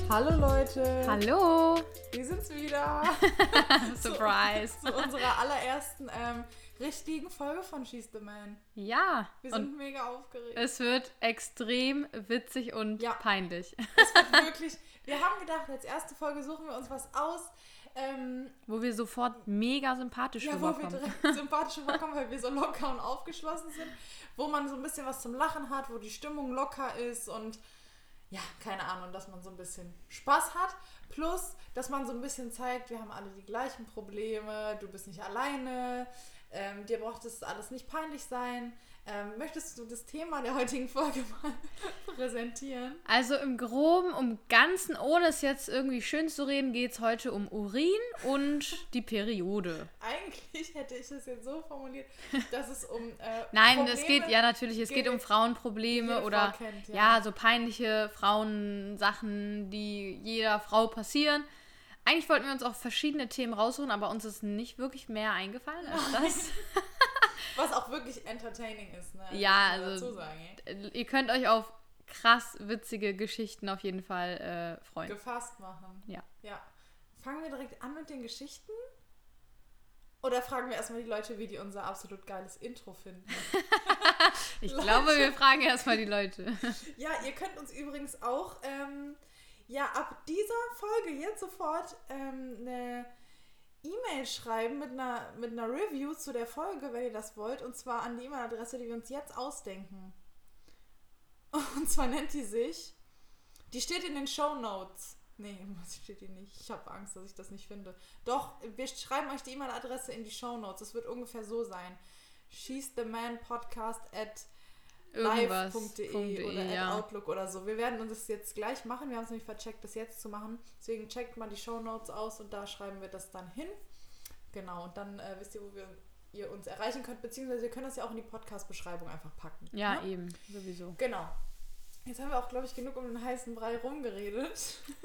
Hallo Leute! Hallo! Wir sind's wieder! Surprise! Zu unserer allerersten richtigen Folge von She's the Man. Ja! Wir sind mega aufgeregt. Es wird extrem witzig und peinlich. Es wird wirklich... Wir haben gedacht, als erste Folge suchen wir uns was aus, wo wir sofort mega sympathisch rüberkommen. Wo wir direkt sympathisch rüberkommen, weil wir so locker und aufgeschlossen sind. Wo man so ein bisschen was zum Lachen hat, wo die Stimmung locker ist und ja, keine Ahnung, dass man so ein bisschen Spaß hat. Plus, dass man so ein bisschen zeigt, wir haben alle die gleichen Probleme, du bist nicht alleine, dir braucht das alles nicht peinlich sein. Möchtest du das Thema der heutigen Folge mal präsentieren? Also im Groben, im Ganzen, ohne es jetzt irgendwie schön zu reden, geht es heute um Urin und die Periode. Eigentlich hätte ich das jetzt so formuliert, dass es um Nein, Probleme es geht, ja natürlich, es geht um Frauenprobleme oder Frau kennt, ja, so peinliche Frauensachen, die jeder Frau passieren. Eigentlich wollten wir uns auch verschiedene Themen raussuchen, aber uns ist nicht wirklich mehr eingefallen als das. Was auch wirklich entertaining ist, ne? Ja, also ihr könnt euch auf krass witzige Geschichten auf jeden Fall freuen. Gefasst machen. Ja. Fangen wir direkt an mit den Geschichten? Oder fragen wir erstmal die Leute, wie die unser absolut geiles Intro finden? Ich glaube, wir fragen erstmal die Leute. Ja, ihr könnt uns übrigens auch ab dieser Folge jetzt sofort eine E-Mail schreiben mit einer Review zu der Folge, wenn ihr das wollt, und zwar an die E-Mail-Adresse, die wir uns jetzt ausdenken. Und zwar nennt die sich, die steht in den Shownotes. Nee, steht die nicht. Ich habe Angst, dass ich das nicht finde. Doch, wir schreiben euch die E-Mail-Adresse in die Shownotes. Es wird ungefähr so sein. She's the Man Podcast at live.de oder at Outlook oder so. Wir werden uns das jetzt gleich machen. Wir haben es nämlich vercheckt, das jetzt zu machen. Deswegen checkt mal die Shownotes aus und da schreiben wir das dann hin. Genau, und dann wisst ihr, ihr uns erreichen könnt, beziehungsweise ihr könnt das ja auch in die Podcast-Beschreibung einfach packen. Ja, ne? Eben, sowieso. Genau. Jetzt haben wir auch, glaube ich, genug um den heißen Brei rumgeredet.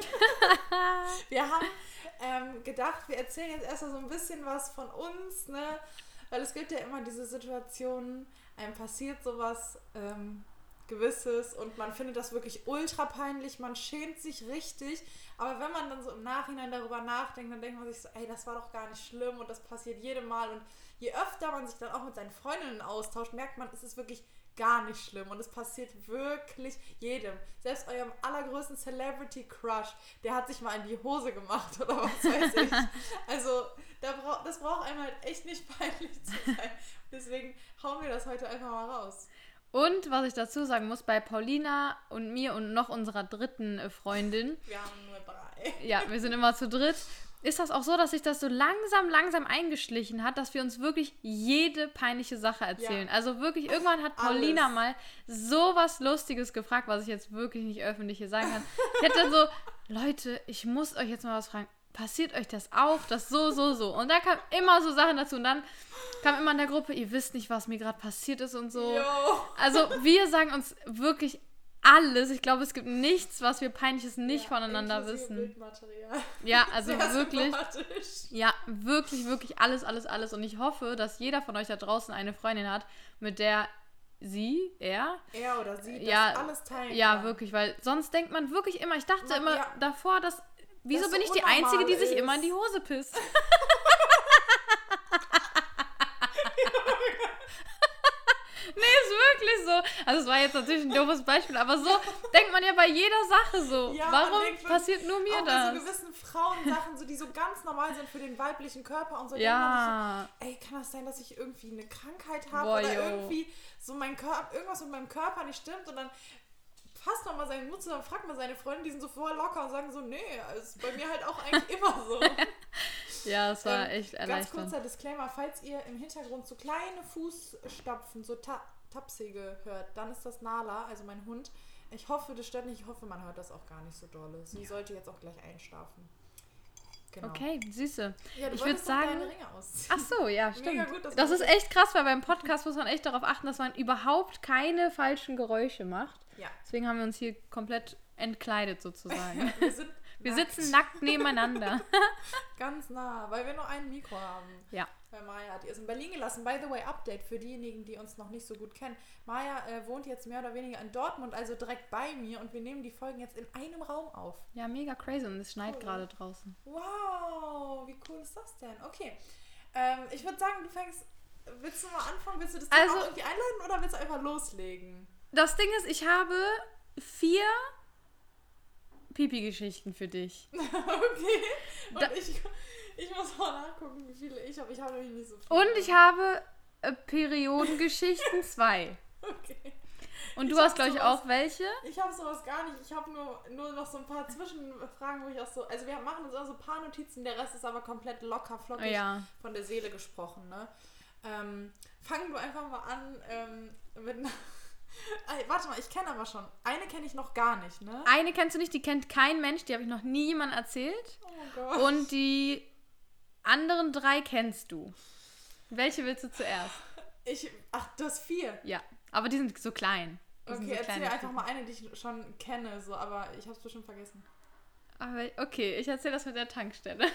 Wir haben gedacht, wir erzählen jetzt erstmal so ein bisschen was von uns, ne? Weil es gibt ja immer diese Situationen, einem passiert sowas Gewisses und man findet das wirklich ultra peinlich, man schämt sich richtig, aber wenn man dann so im Nachhinein darüber nachdenkt, dann denkt man sich so, ey, das war doch gar nicht schlimm und das passiert jedem Mal und je öfter man sich dann auch mit seinen Freundinnen austauscht, merkt man, es ist wirklich gar nicht schlimm und es passiert wirklich jedem. Selbst eurem allergrößten Celebrity-Crush, der hat sich mal in die Hose gemacht oder was weiß ich. Also das braucht einem halt echt nicht peinlich zu sein. Deswegen hauen wir das heute einfach mal raus. Und was ich dazu sagen muss, bei Paulina und mir und noch unserer dritten Freundin. Wir haben nur 3. Ja, wir sind immer zu dritt. Ist das auch so, dass sich das so langsam eingeschlichen hat, dass wir uns wirklich jede peinliche Sache erzählen. Ja. Also wirklich, irgendwann hat Paulina mal so was Lustiges gefragt, was ich jetzt wirklich nicht öffentlich hier sagen kann. Ich hätte dann so, Leute, ich muss euch jetzt mal was fragen. Passiert euch das auch? Das so. Und da kamen immer so Sachen dazu. Und dann kam immer in der Gruppe, ihr wisst nicht, was mir gerade passiert ist und so. Yo. Also wir sagen uns wirklich alles. Ich glaube, es gibt nichts, was wir Peinliches nicht voneinander wissen. Bildmaterial. Ja, also sehr wirklich. Ja, wirklich alles. Und ich hoffe, dass jeder von euch da draußen eine Freundin hat, mit der er oder sie das alles teilen kann. Ja, wirklich, weil sonst denkt man wirklich immer, ich dachte davor, dass wieso bin ich die Einzige, die sich immer in die Hose pisst? Nee, ist wirklich so. Also es war jetzt natürlich ein doofes Beispiel, aber so denkt man ja bei jeder Sache so. Ja, warum passiert nur mir auch das? Bei so gewissen Frauensachen, so, die so ganz normal sind für den weiblichen Körper und so. Ja. So, ey, kann das sein, dass ich irgendwie eine Krankheit habe oder irgendwie so irgendwas mit meinem Körper nicht stimmt und dann fasst man mal seinen Mut zusammen, fragt mal seine Freunde, die sind so voll locker und sagen so, nee, ist bei mir halt auch eigentlich immer so. Ja, es war echt erleichternd. Ganz kurzer Disclaimer, falls ihr im Hintergrund so kleine Fußstapfen, so Tapsige hört, dann ist das Nala, also mein Hund. Ich hoffe, das stört nicht, ich hoffe, man hört das auch gar nicht so dolle. Sie sollte jetzt auch gleich einschlafen. Genau. Okay, süße. Ja, ich würde sagen, deine Ringe ausziehen. Ach so, ja, stimmt. Mega gut, das ist echt krass, weil beim Podcast muss man echt darauf achten, dass man überhaupt keine falschen Geräusche macht. Ja. Deswegen haben wir uns hier komplett entkleidet sozusagen. Wir sind Wir sitzen nackt nebeneinander. Ganz nah, weil wir nur ein Mikro haben. Ja. Weil Maya, die ist in Berlin gelassen. By the way, Update für diejenigen, die uns noch nicht so gut kennen. Maya wohnt jetzt mehr oder weniger in Dortmund, also direkt bei mir. Und wir nehmen die Folgen jetzt in einem Raum auf. Ja, mega crazy. Und es schneit gerade draußen. Wow, wie cool ist das denn? Okay. Ich würde sagen, willst du mal anfangen? Willst du das Thema auch irgendwie einleiten oder willst du einfach loslegen? Das Ding ist, ich habe 4 Pipi-Geschichten für dich. Okay. Und ich muss mal nachgucken, wie viele ich habe. Ich habe nämlich nicht so viele. Und ich habe Periodengeschichten 2. Okay. Und du hast, glaube ich, auch welche? Ich habe sowas gar nicht. Ich habe nur noch so ein paar Zwischenfragen, wo ich auch so... Also wir machen uns auch so ein paar Notizen, der Rest ist aber komplett locker, flockig von der Seele gesprochen. Ne? Fangen wir einfach mal an mit... Warte mal, ich kenne aber schon. Eine kenne ich noch gar nicht, ne? Eine kennst du nicht, die kennt kein Mensch, die habe ich noch nie jemandem erzählt. Oh Gott. Und die anderen 3 kennst du. Welche willst du zuerst? Du hast 4. Ja, aber die sind so klein. Okay, erzähl einfach mal eine, die ich schon kenne, so, aber ich habe es bestimmt vergessen. Aber okay, ich erzähle das mit der Tankstelle.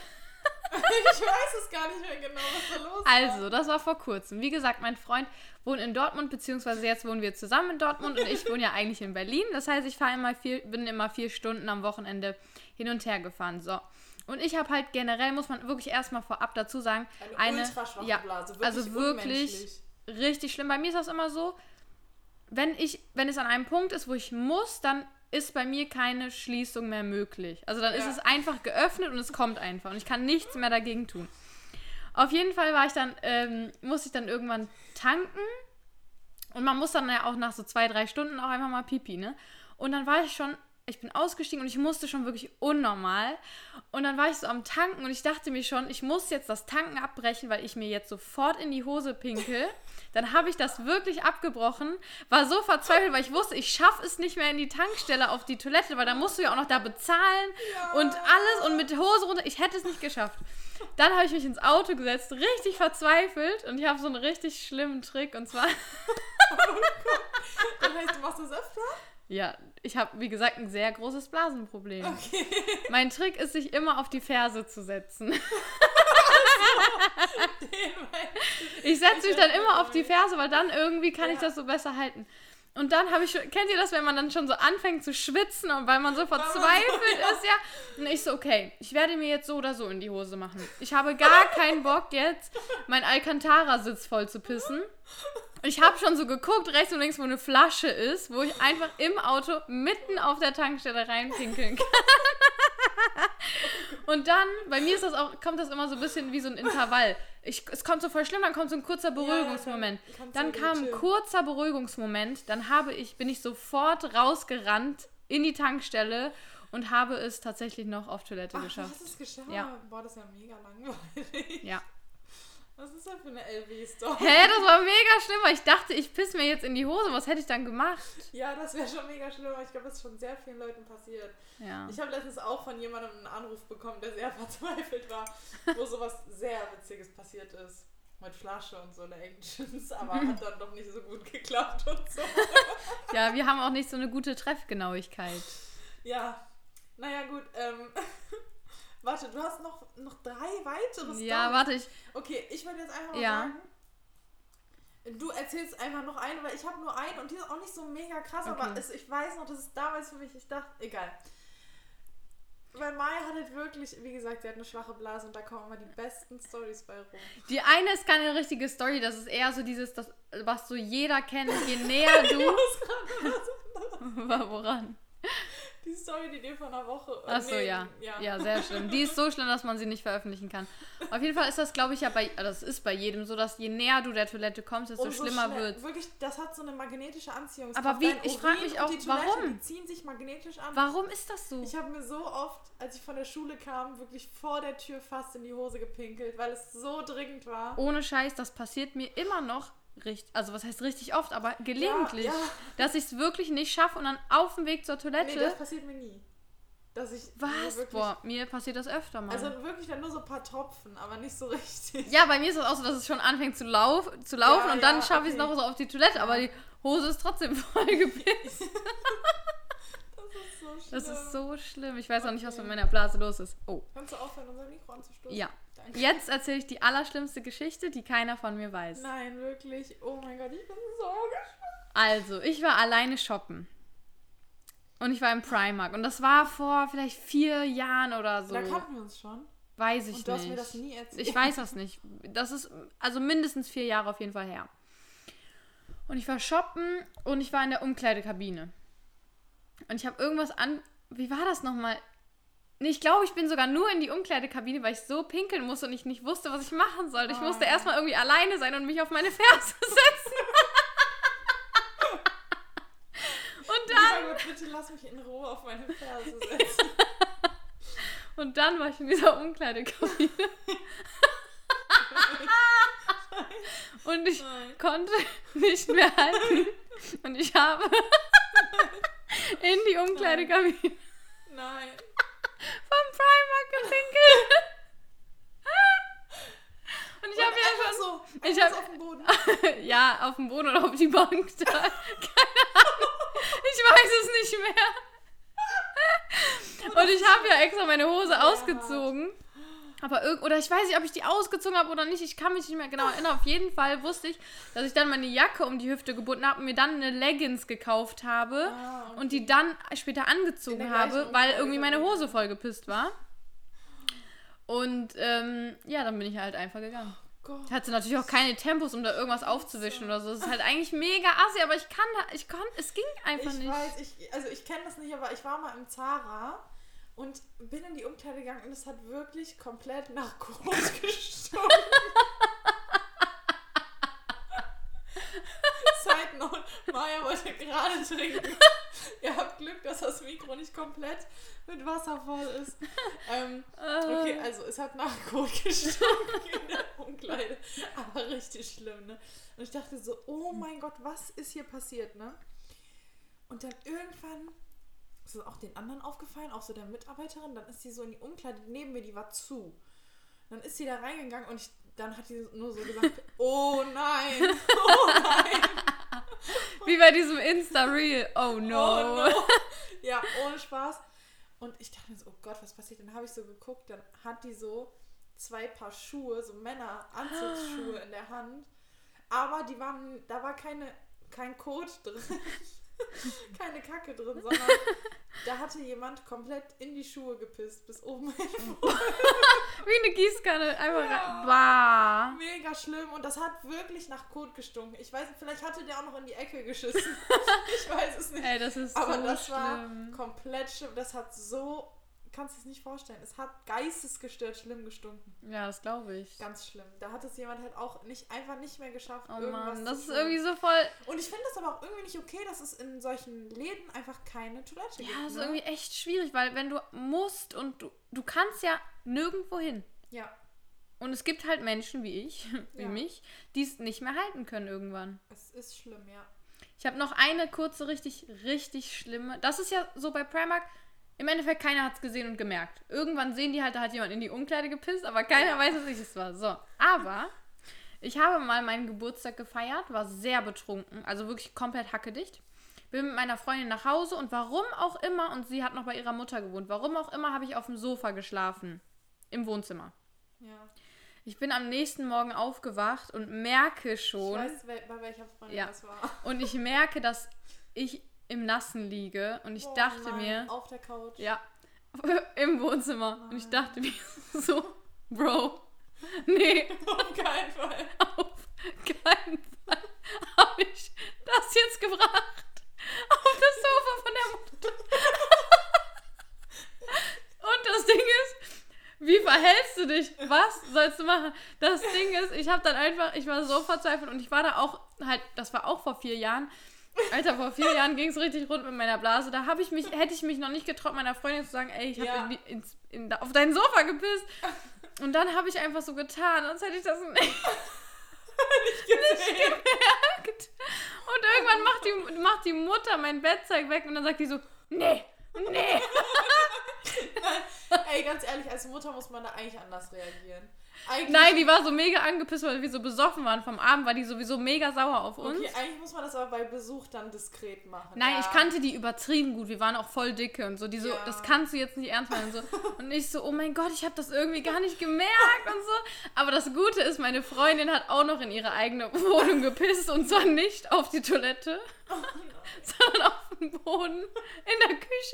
Ich weiß es gar nicht mehr genau, was da los war. Also, das war vor kurzem. Wie gesagt, mein Freund wohnt in Dortmund, beziehungsweise jetzt wohnen wir zusammen in Dortmund und ich wohne ja eigentlich in Berlin. Das heißt, ich bin immer 4 Stunden am Wochenende hin und her gefahren. So. Und ich habe halt generell, muss man wirklich erstmal vorab dazu sagen, eine ultraschwache Blase. Wirklich also wirklich richtig schlimm. Bei mir ist das immer so, wenn es an einem Punkt ist, wo ich muss, dann ist bei mir keine Schließung mehr möglich. Also dann ist es einfach geöffnet und es kommt einfach und ich kann nichts mehr dagegen tun. Auf jeden Fall musste ich dann irgendwann tanken und man muss dann ja auch nach so 2-3 Stunden auch einfach mal Pipi, ne? Und dann ich bin ausgestiegen und ich musste schon wirklich unnormal. Und dann war ich so am Tanken und ich dachte mir schon, ich muss jetzt das Tanken abbrechen, weil ich mir jetzt sofort in die Hose pinkel. Dann habe ich das wirklich abgebrochen, war so verzweifelt, weil ich wusste, ich schaffe es nicht mehr in die Tankstelle auf die Toilette, weil da musst du ja auch noch da bezahlen und alles und mit Hose runter. Ich hätte es nicht geschafft. Dann habe ich mich ins Auto gesetzt, richtig verzweifelt und ich habe so einen richtig schlimmen Trick und zwar... Oh Gott. Das heißt, du machst das öfter? Ja, ich habe, wie gesagt, ein sehr großes Blasenproblem. Okay. Mein Trick ist, sich immer auf die Ferse zu setzen. Ich setze mich dann immer auf die Ferse, weil dann irgendwie kann ich das so besser halten. Und dann kennt ihr das, wenn man dann schon so anfängt zu schwitzen und weil man so verzweifelt ist, ja? Und ich so, okay, ich werde mir jetzt so oder so in die Hose machen. Ich habe gar keinen Bock jetzt, meinen Alcantara-Sitz voll zu pissen. Ich habe schon so geguckt, rechts und links, wo eine Flasche ist, wo ich einfach im Auto mitten auf der Tankstelle reinpinkeln kann. Und dann, bei mir kommt das immer so ein bisschen wie so ein Intervall. Es kommt so voll schlimm, dann kommt so ein kurzer Beruhigungsmoment. Dann kam ein kurzer Beruhigungsmoment, dann bin ich sofort rausgerannt in die Tankstelle und habe es tatsächlich noch auf Toilette geschafft. Du hast es geschafft? Ja. Boah, das ist ja mega langweilig. Ja. Was ist das für eine LW-Story? Das war mega schlimm, weil ich dachte, ich piss mir jetzt in die Hose. Was hätte ich dann gemacht? Ja, das wäre schon mega schlimm, aber ich glaube, das ist schon sehr vielen Leuten passiert. Ja. Ich habe letztens auch von jemandem einen Anruf bekommen, der sehr verzweifelt war, wo sowas sehr Witziges passiert ist. Mit Flasche und so eine Actions, aber hat dann doch nicht so gut geklappt und so. Ja, wir haben auch nicht so eine gute Treffgenauigkeit. Ja, naja gut, warte, du hast noch 3 weitere Storys? Ja, warte, Okay, ich würde jetzt einfach mal sagen, du erzählst einfach noch eine, weil ich habe nur eine und die ist auch nicht so mega krass, okay. aber ich weiß noch, das ist damals für mich, ich dachte, egal. Weil Maya hat halt wirklich, wie gesagt, sie hat eine schwache Blase und da kommen immer die besten Storys bei rum. Die eine ist keine richtige Story, das ist eher so was so jeder kennt, je näher du... Woran? Die Story, die dir vor einer Woche... Achso, ja. Ja, sehr schlimm. Die ist so schlimm, dass man sie nicht veröffentlichen kann. Auf jeden Fall ist das, glaube ich, das ist bei jedem so, dass je näher du der Toilette kommst, desto schlimmer wird. Wirklich, das hat so eine magnetische Anziehungskraft. Aber ich frage mich auch, warum? Die ziehen sich magnetisch an. Warum ist das so? Ich habe mir so oft, als ich von der Schule kam, wirklich vor der Tür fast in die Hose gepinkelt, weil es so dringend war. Ohne Scheiß, das passiert mir immer noch. Also was heißt richtig oft, aber gelegentlich, dass ich es wirklich nicht schaffe und dann auf dem Weg zur Toilette... Nee, das passiert mir nie. Dass ich was? Wirklich, boah, mir passiert das öfter mal. Also wirklich dann nur so ein paar Tropfen, aber nicht so richtig. Ja, bei mir ist das auch so, dass es schon anfängt zu laufen und dann schaffe ich es noch so auf die Toilette, aber die Hose ist trotzdem voll gepisst. Das ist so schlimm. Das ist so schlimm. Ich weiß auch nicht, was mit meiner Blase los ist. Oh. Kannst du aufhören, unser Mikro anzustoßen? Ja. Danke. Jetzt erzähle ich die allerschlimmste Geschichte, die keiner von mir weiß. Nein, wirklich. Oh mein Gott, ich bin so gespannt. Also, ich war alleine shoppen. Und ich war im Primark. Und das war vor vielleicht 4 Jahren oder so. Da kannten wir uns schon. Weiß ich Und du nicht. hast mir das nie erzählt. Ich weiß das nicht. Das ist also mindestens 4 Jahre auf jeden Fall her. Und ich war shoppen und ich war in der Umkleidekabine. Und ich habe irgendwas an... Wie war das nochmal? Nee, ich glaube, ich bin sogar nur in die Umkleidekabine, weil ich so pinkeln musste und ich nicht wusste, was ich machen sollte. Ich musste erstmal irgendwie alleine sein und mich auf meine Ferse setzen. Und dann... Ja, gut, bitte lass mich in Ruhe auf meine Ferse setzen. Und dann war ich in dieser Umkleidekabine. Und ich konnte nicht mehr halten. Und ich habe in die Umkleidekabine Nein. vom Primark gepinkelt. Und ich habe ja schon... So, Ich hab, auf dem Boden. ja, auf dem Boden oder auf die Bank da. Keine Ahnung. Ich weiß es nicht mehr. Und ich habe ja extra meine Hose ausgezogen. Aber oder ich weiß nicht, ob ich die ausgezogen habe oder nicht. Ich kann mich nicht mehr genau erinnern. Auf jeden Fall wusste ich, dass ich dann meine Jacke um die Hüfte gebunden habe und mir dann eine Leggings gekauft habe. Okay. Und die dann später angezogen habe, weil irgendwie meine Hose voll gepisst war. Und ja, dann bin ich halt einfach gegangen. Gott. Hatte natürlich auch keine Tempos, um da irgendwas aufzuwischen oder so. Das ist halt eigentlich mega assi, aber es ging einfach nicht. Ich weiß, ich kenne das nicht, aber ich war mal im Zara und bin in die Umkleide gegangen und es hat wirklich komplett nach Kot gestunken. Side note, Maya wollte gerade trinken. Ihr habt Glück, dass das Mikro nicht komplett mit Wasser voll ist. Okay, also es hat nach Kot gestunken in der Umkleide. Aber richtig schlimm, ne? Und ich dachte so, oh mein Gott, was ist hier passiert, ne? Und dann irgendwann ist es auch den anderen aufgefallen, auch so der Mitarbeiterin, dann ist sie so in die Umkleide neben mir, die war zu. Dann ist sie da reingegangen und dann hat die nur so gesagt, oh nein, oh nein. Wie bei diesem Insta-Reel, oh no. Oh no. Ja, ohne Spaß. Und ich dachte mir so, oh Gott, was passiert? Dann habe ich so geguckt, dann hat die so 2 Paar Schuhe, so Männer-Anzugsschuhe in der Hand. Aber da war kein Kot drin, keine Kacke drin, sondern da hatte jemand komplett in die Schuhe gepisst, bis oben hin. Wie eine Gießkanne, einfach ja, mega schlimm und das hat wirklich nach Kot gestunken. Ich weiß nicht, vielleicht hatte der auch noch in die Ecke geschissen. Ich weiß es nicht. Ey, das ist aber so das schlimm. war komplett schlimm. Das hat so, kannst du es nicht vorstellen, es hat geistesgestört schlimm gestunken. Ja, das glaube ich. Ganz schlimm. Da hat es jemand halt auch einfach nicht mehr geschafft, oh irgendwas Mann, das zu ist tun. irgendwie so voll... Und ich finde das aber auch irgendwie nicht okay, dass es in solchen Läden einfach keine Toilette gibt. Ja, das ist irgendwie echt schwierig, weil wenn du musst und du kannst ja nirgendwo hin. Ja. Und es gibt halt Menschen wie ich, wie mich, die es nicht mehr halten können irgendwann. Es ist schlimm, ja. Ich habe noch eine kurze, richtig, richtig schlimme. Das ist ja so bei Primark, im Endeffekt keiner hat es gesehen und gemerkt. Irgendwann sehen die halt, da hat jemand in die Umkleide gepisst, aber keiner weiß, dass ich es war. So, aber ich habe mal meinen Geburtstag gefeiert, war sehr betrunken, also wirklich komplett hackedicht. Bin mit meiner Freundin nach Hause und warum auch immer, und sie hat noch bei ihrer Mutter gewohnt, warum auch immer habe ich auf dem Sofa geschlafen. Im Wohnzimmer. Ja. Ich bin am nächsten Morgen aufgewacht und merke schon... Ich weiß, bei welcher Freundin das war. Und ich merke, dass ich im Nassen liege und ich dachte mir... Auf der Couch. Ja, im Wohnzimmer. Nein. Und ich dachte mir so, Bro, nee. Auf keinen Fall. Auf keinen Fall habe ich das jetzt gebracht. Auf das Sofa von der Mutter. Und das Ding ist... Wie verhältst du dich? Was sollst du machen? Das Ding ist, ich war so verzweifelt und ich war da auch halt, das war auch vor 4 Jahren. Alter, vor 4 Jahren ging es richtig rund mit meiner Blase. Da hätte ich mich noch nicht getraut, meiner Freundin zu sagen, ey, ich habe auf dein Sofa gepisst. Und dann habe ich einfach so getan, sonst hätte ich das nicht gemerkt. Und irgendwann macht die Mutter mein Bettzeug weg und dann sagt die so, nee. Ey, ganz ehrlich, als Mutter muss man da eigentlich anders reagieren. Nein, die war so mega angepisst, weil wir so besoffen waren vom Abend, war die sowieso mega sauer auf uns. Okay, eigentlich muss man das aber bei Besuch dann diskret machen. Nein, ich kannte die übertrieben gut, wir waren auch voll dicke und so, die so, das kannst du jetzt nicht ernst meinen und so. Und ich so, oh mein Gott, ich habe das irgendwie gar nicht gemerkt und so. Aber das Gute ist, meine Freundin hat auch noch in ihre eigene Wohnung gepisst und zwar nicht auf die Toilette, sondern auf den Boden in der Küche.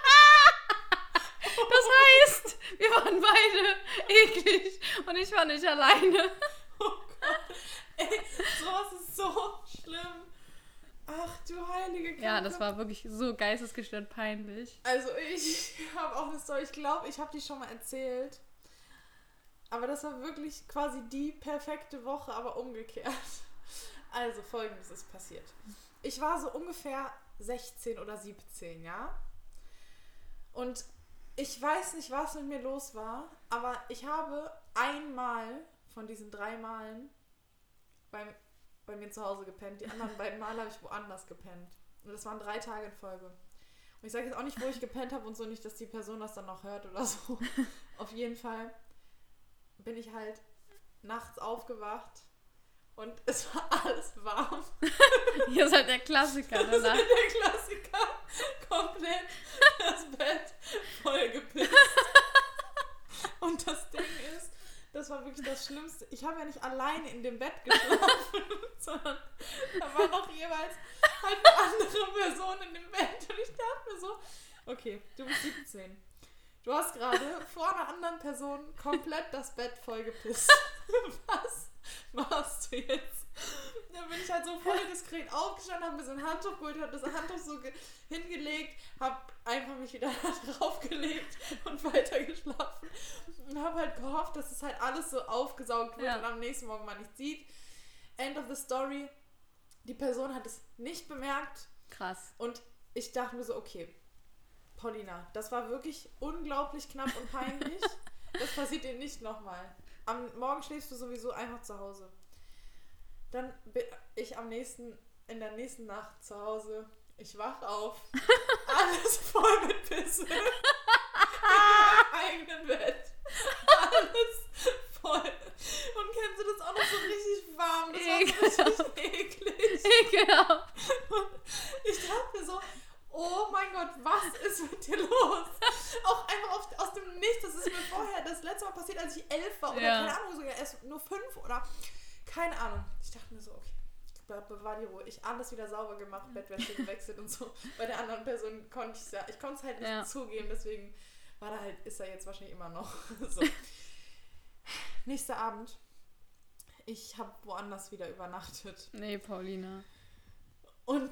Das heißt, wir waren beide eklig und ich war nicht alleine. Oh Gott. Ey, sowas ist so schlimm. Ach du heilige Kacke. Ja, das war wirklich so geistesgestört peinlich. Also ich habe auch eine Story, ich glaube, ich habe die schon mal erzählt. Aber das war wirklich quasi die perfekte Woche, aber umgekehrt. Also Folgendes ist passiert. Ich war so ungefähr 16 oder 17, ja? Und ich weiß nicht, was mit mir los war, aber ich habe einmal von diesen 3 Malen bei mir zu Hause gepennt. Die anderen 2 Male habe ich woanders gepennt. Und das waren 3 Tage in Folge. Und ich sage jetzt auch nicht, wo ich gepennt habe und so, nicht, dass die Person das dann noch hört oder so. Auf jeden Fall bin ich halt nachts aufgewacht und es war alles warm. Hier ist halt der Klassiker. Das ist halt der Klassiker. Komplett das Bett voll gepisst. Und das Ding ist, das war wirklich das Schlimmste. Ich habe ja nicht alleine in dem Bett geschlafen, sondern da war noch jeweils halt eine andere Person in dem Bett. Und ich dachte mir so, okay, du bist 17. Du hast gerade vor einer anderen Person komplett das Bett voll gepisst. Was machst du jetzt? Dann bin ich halt so voll diskret aufgestanden, habe mir so ein Handtuch geholt, habe das Handtuch so hingelegt, habe einfach mich wieder draufgelegt und weiter geschlafen und habe halt gehofft, dass es halt alles so aufgesaugt wird und am nächsten Morgen man nichts sieht. End of the story. Die Person hat es nicht bemerkt. Krass. Und ich dachte mir so, okay, Paulina, das war wirklich unglaublich knapp und peinlich. Das passiert dir nicht nochmal. Am Morgen schläfst du sowieso einfach zu Hause. Dann bin ich in der nächsten Nacht zu Hause. Ich wach auf. Alles voll mit Pisse. In meinem eigenen Bett. Alles voll. Und kennst du das auch noch so richtig warm? Das war so richtig eklig. Ekelhaft. Und ich dachte mir so, oh mein Gott, was ist mit dir los? Auch einfach aus dem Nichts. Das ist mir vorher das letzte Mal passiert, als ich 11 war. Oder keine Ahnung, sogar erst nur 5 oder keine Ahnung. Ich dachte mir so, okay, bewahr die Ruhe. Ich alles wieder sauber gemacht, Bettwäsche gewechselt und so. Bei der anderen Person konnte ich es ja, ich konnte es halt nicht zugeben, deswegen ist er jetzt wahrscheinlich immer noch so. Nächster Abend. Ich habe woanders wieder übernachtet. Nee, Paulina. Und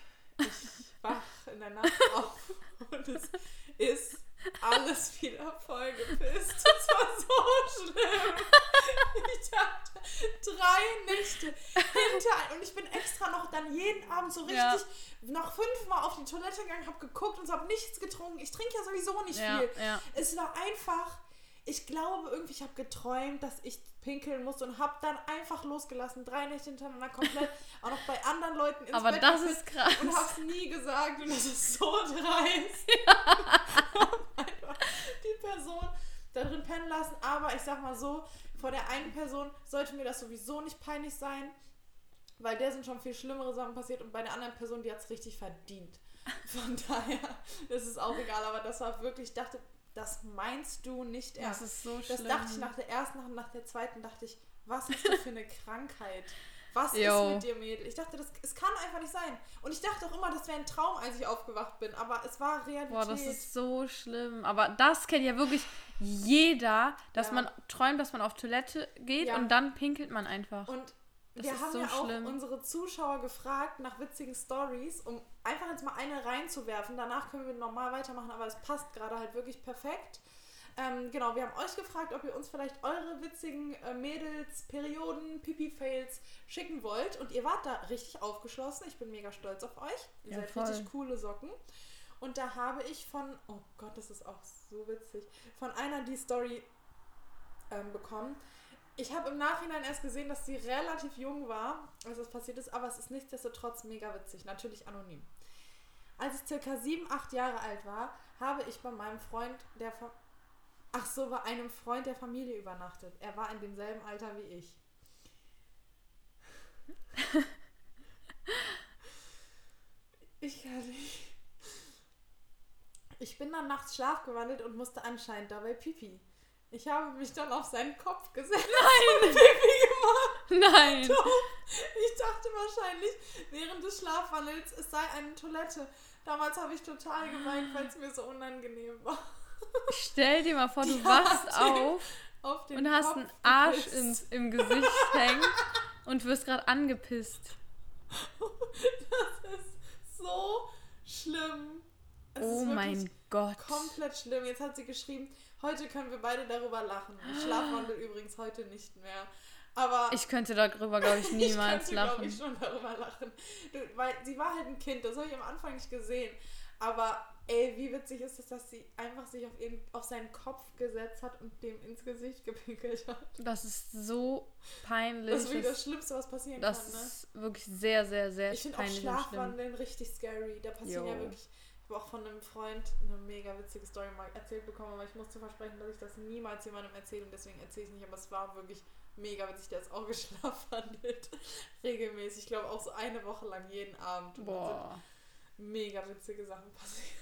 ich wach in der Nacht auf und es ist alles wieder voll gepisst. Das war so schlimm. Ich dachte, 3 Nächte hinter und ich bin extra noch dann jeden Abend so richtig noch 5-mal auf die Toilette gegangen, habe geguckt und habe nichts getrunken. Ich trinke ja sowieso nicht viel. Ja. Es war einfach, ich glaube irgendwie, ich habe geträumt, dass ich pinkeln musste und habe dann einfach losgelassen. 3 Nächte hintereinander komplett, auch noch bei anderen Leuten ins Aber Bett das ist krass. Und habe es nie gesagt und das ist so dreist. Ja. Einfach die Person da drin pennen lassen, aber ich sag mal so, vor der einen Person sollte mir das sowieso nicht peinlich sein, weil der sind schon viel schlimmere Sachen passiert und bei der anderen Person, die hat es richtig verdient. Von daher ist es auch egal, aber das war wirklich, ich dachte, das meinst du nicht ernst. Das ist so schlimm. Das dachte ich nach der ersten Nacht und nach der zweiten, dachte ich, was ist das für eine Krankheit? Was ist mit dir, Mädel? Ich dachte, es kann einfach nicht sein. Und ich dachte auch immer, das wäre ein Traum, als ich aufgewacht bin. Aber es war Realität. Boah, das ist so schlimm. Aber das kennt ja wirklich jeder, dass man träumt, dass man auf Toilette geht und dann pinkelt man einfach. Und wir haben so auch unsere Zuschauer gefragt nach witzigen Stories, um einfach jetzt mal eine reinzuwerfen. Danach können wir normal weitermachen, aber es passt gerade halt wirklich perfekt. Genau, wir haben euch gefragt, ob ihr uns vielleicht eure witzigen Mädels, Perioden, Pipi-Fails schicken wollt. Und ihr wart da richtig aufgeschlossen. Ich bin mega stolz auf euch. Ihr seid richtig coole Socken. Und da habe ich oh Gott, das ist auch so witzig, von einer die Story bekommen. Ich habe im Nachhinein erst gesehen, dass sie relativ jung war, als das passiert ist, aber es ist nichtsdestotrotz mega witzig. Natürlich anonym. Als ich circa 7, 8 Jahre alt war, habe ich bei meinem Freund, Ach so, bei einem Freund der Familie übernachtet. Er war in demselben Alter wie ich. Ich kann nicht. Ich bin dann nachts schlafgewandelt und musste anscheinend dabei Pipi. Ich habe mich dann auf seinen Kopf gesetzt und Pipi gemacht. Nein. Doch. Ich dachte wahrscheinlich während des Schlafwandels, es sei eine Toilette. Damals habe ich total geweint, weil es mir so unangenehm war. Stell dir mal vor, du Die wachst hat auf den und hast Kopf einen Arsch gepisst. im Gesicht hängen und wirst gerade angepisst. Das ist so schlimm. Es Oh ist mein Gott. komplett schlimm. Jetzt hat sie geschrieben, heute können wir beide darüber lachen. Ich schlafwandel übrigens heute nicht mehr. Aber Ich könnte darüber, glaube ich, niemals ich könnte, lachen. glaube ich, schon darüber lachen. Weil sie war halt ein Kind, das habe ich am Anfang nicht gesehen. Aber ey, wie witzig ist es, dass sie einfach sich auf seinen Kopf gesetzt hat und dem ins Gesicht gepinkelt hat. Das ist so peinlich. Das ist wirklich das Schlimmste, was passieren das kann, ne? ist wirklich sehr, sehr, sehr Ich finde auch peinlich und schlimm. Schlafwandeln richtig scary. Da passieren ja wirklich... Ich habe auch von einem Freund eine mega witzige Story mal erzählt bekommen, aber ich musste versprechen, dass ich das niemals jemandem erzähle und deswegen erzähle ich es nicht. Aber es war wirklich mega witzig. Der ist auch geschlafwandelt. Regelmäßig. Ich glaube auch so eine Woche lang jeden Abend. Und dann sind mega witzige Sachen passiert.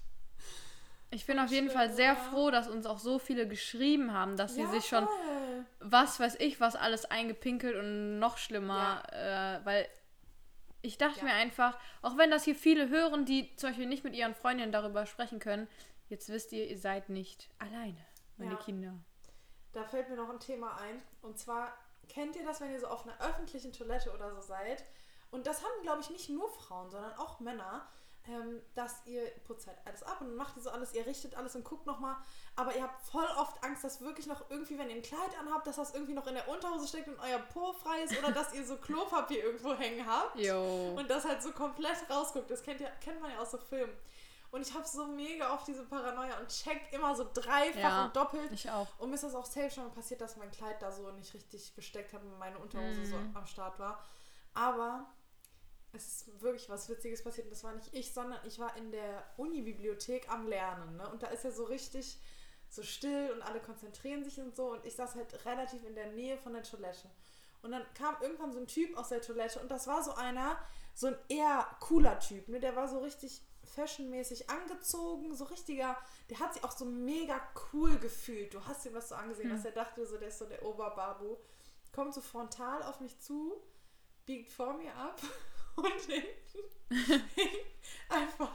Ich bin auf jeden Fall sehr froh, dass uns auch so viele geschrieben haben, dass sie sich schon, was weiß ich, was alles eingepinkelt und noch schlimmer, weil ich dachte mir einfach, auch wenn das hier viele hören, die zum Beispiel nicht mit ihren Freundinnen darüber sprechen können, jetzt wisst ihr, ihr seid nicht alleine, meine Kinder. Da fällt mir noch ein Thema ein. Und zwar, kennt ihr das, wenn ihr so auf einer öffentlichen Toilette oder so seid? Und das haben, glaube ich, nicht nur Frauen, sondern auch Männer, dass ihr putzt halt alles ab und dann macht ihr so alles, ihr richtet alles und guckt nochmal, aber ihr habt voll oft Angst, dass wirklich noch irgendwie, wenn ihr ein Kleid anhabt, dass das irgendwie noch in der Unterhose steckt und euer Po frei ist oder dass ihr so Klopapier irgendwo hängen habt und das halt so komplett rausguckt. Das kennt man ja aus so Filmen. Und ich habe so mega oft diese Paranoia und check immer so dreifach und doppelt. Ich auch. Und mir ist das auch safe schon mal passiert, dass mein Kleid da so nicht richtig gesteckt hat und meine Unterhose so am Start war. Aber es ist wirklich was Witziges passiert und das war nicht ich, sondern ich war in der Uni-Bibliothek am Lernen, ne? Und da ist ja so richtig so still und alle konzentrieren sich und so und ich saß halt relativ in der Nähe von der Toilette. Und dann kam irgendwann so ein Typ aus der Toilette und das war so ein eher cooler Typ, ne? Der war so richtig fashionmäßig angezogen, so richtiger, der hat sich auch so mega cool gefühlt. Du hast ihm das so angesehen, dass er dachte, so, der ist so der Oberbabu. Kommt so frontal auf mich zu, biegt vor mir ab und hinten hängt einfach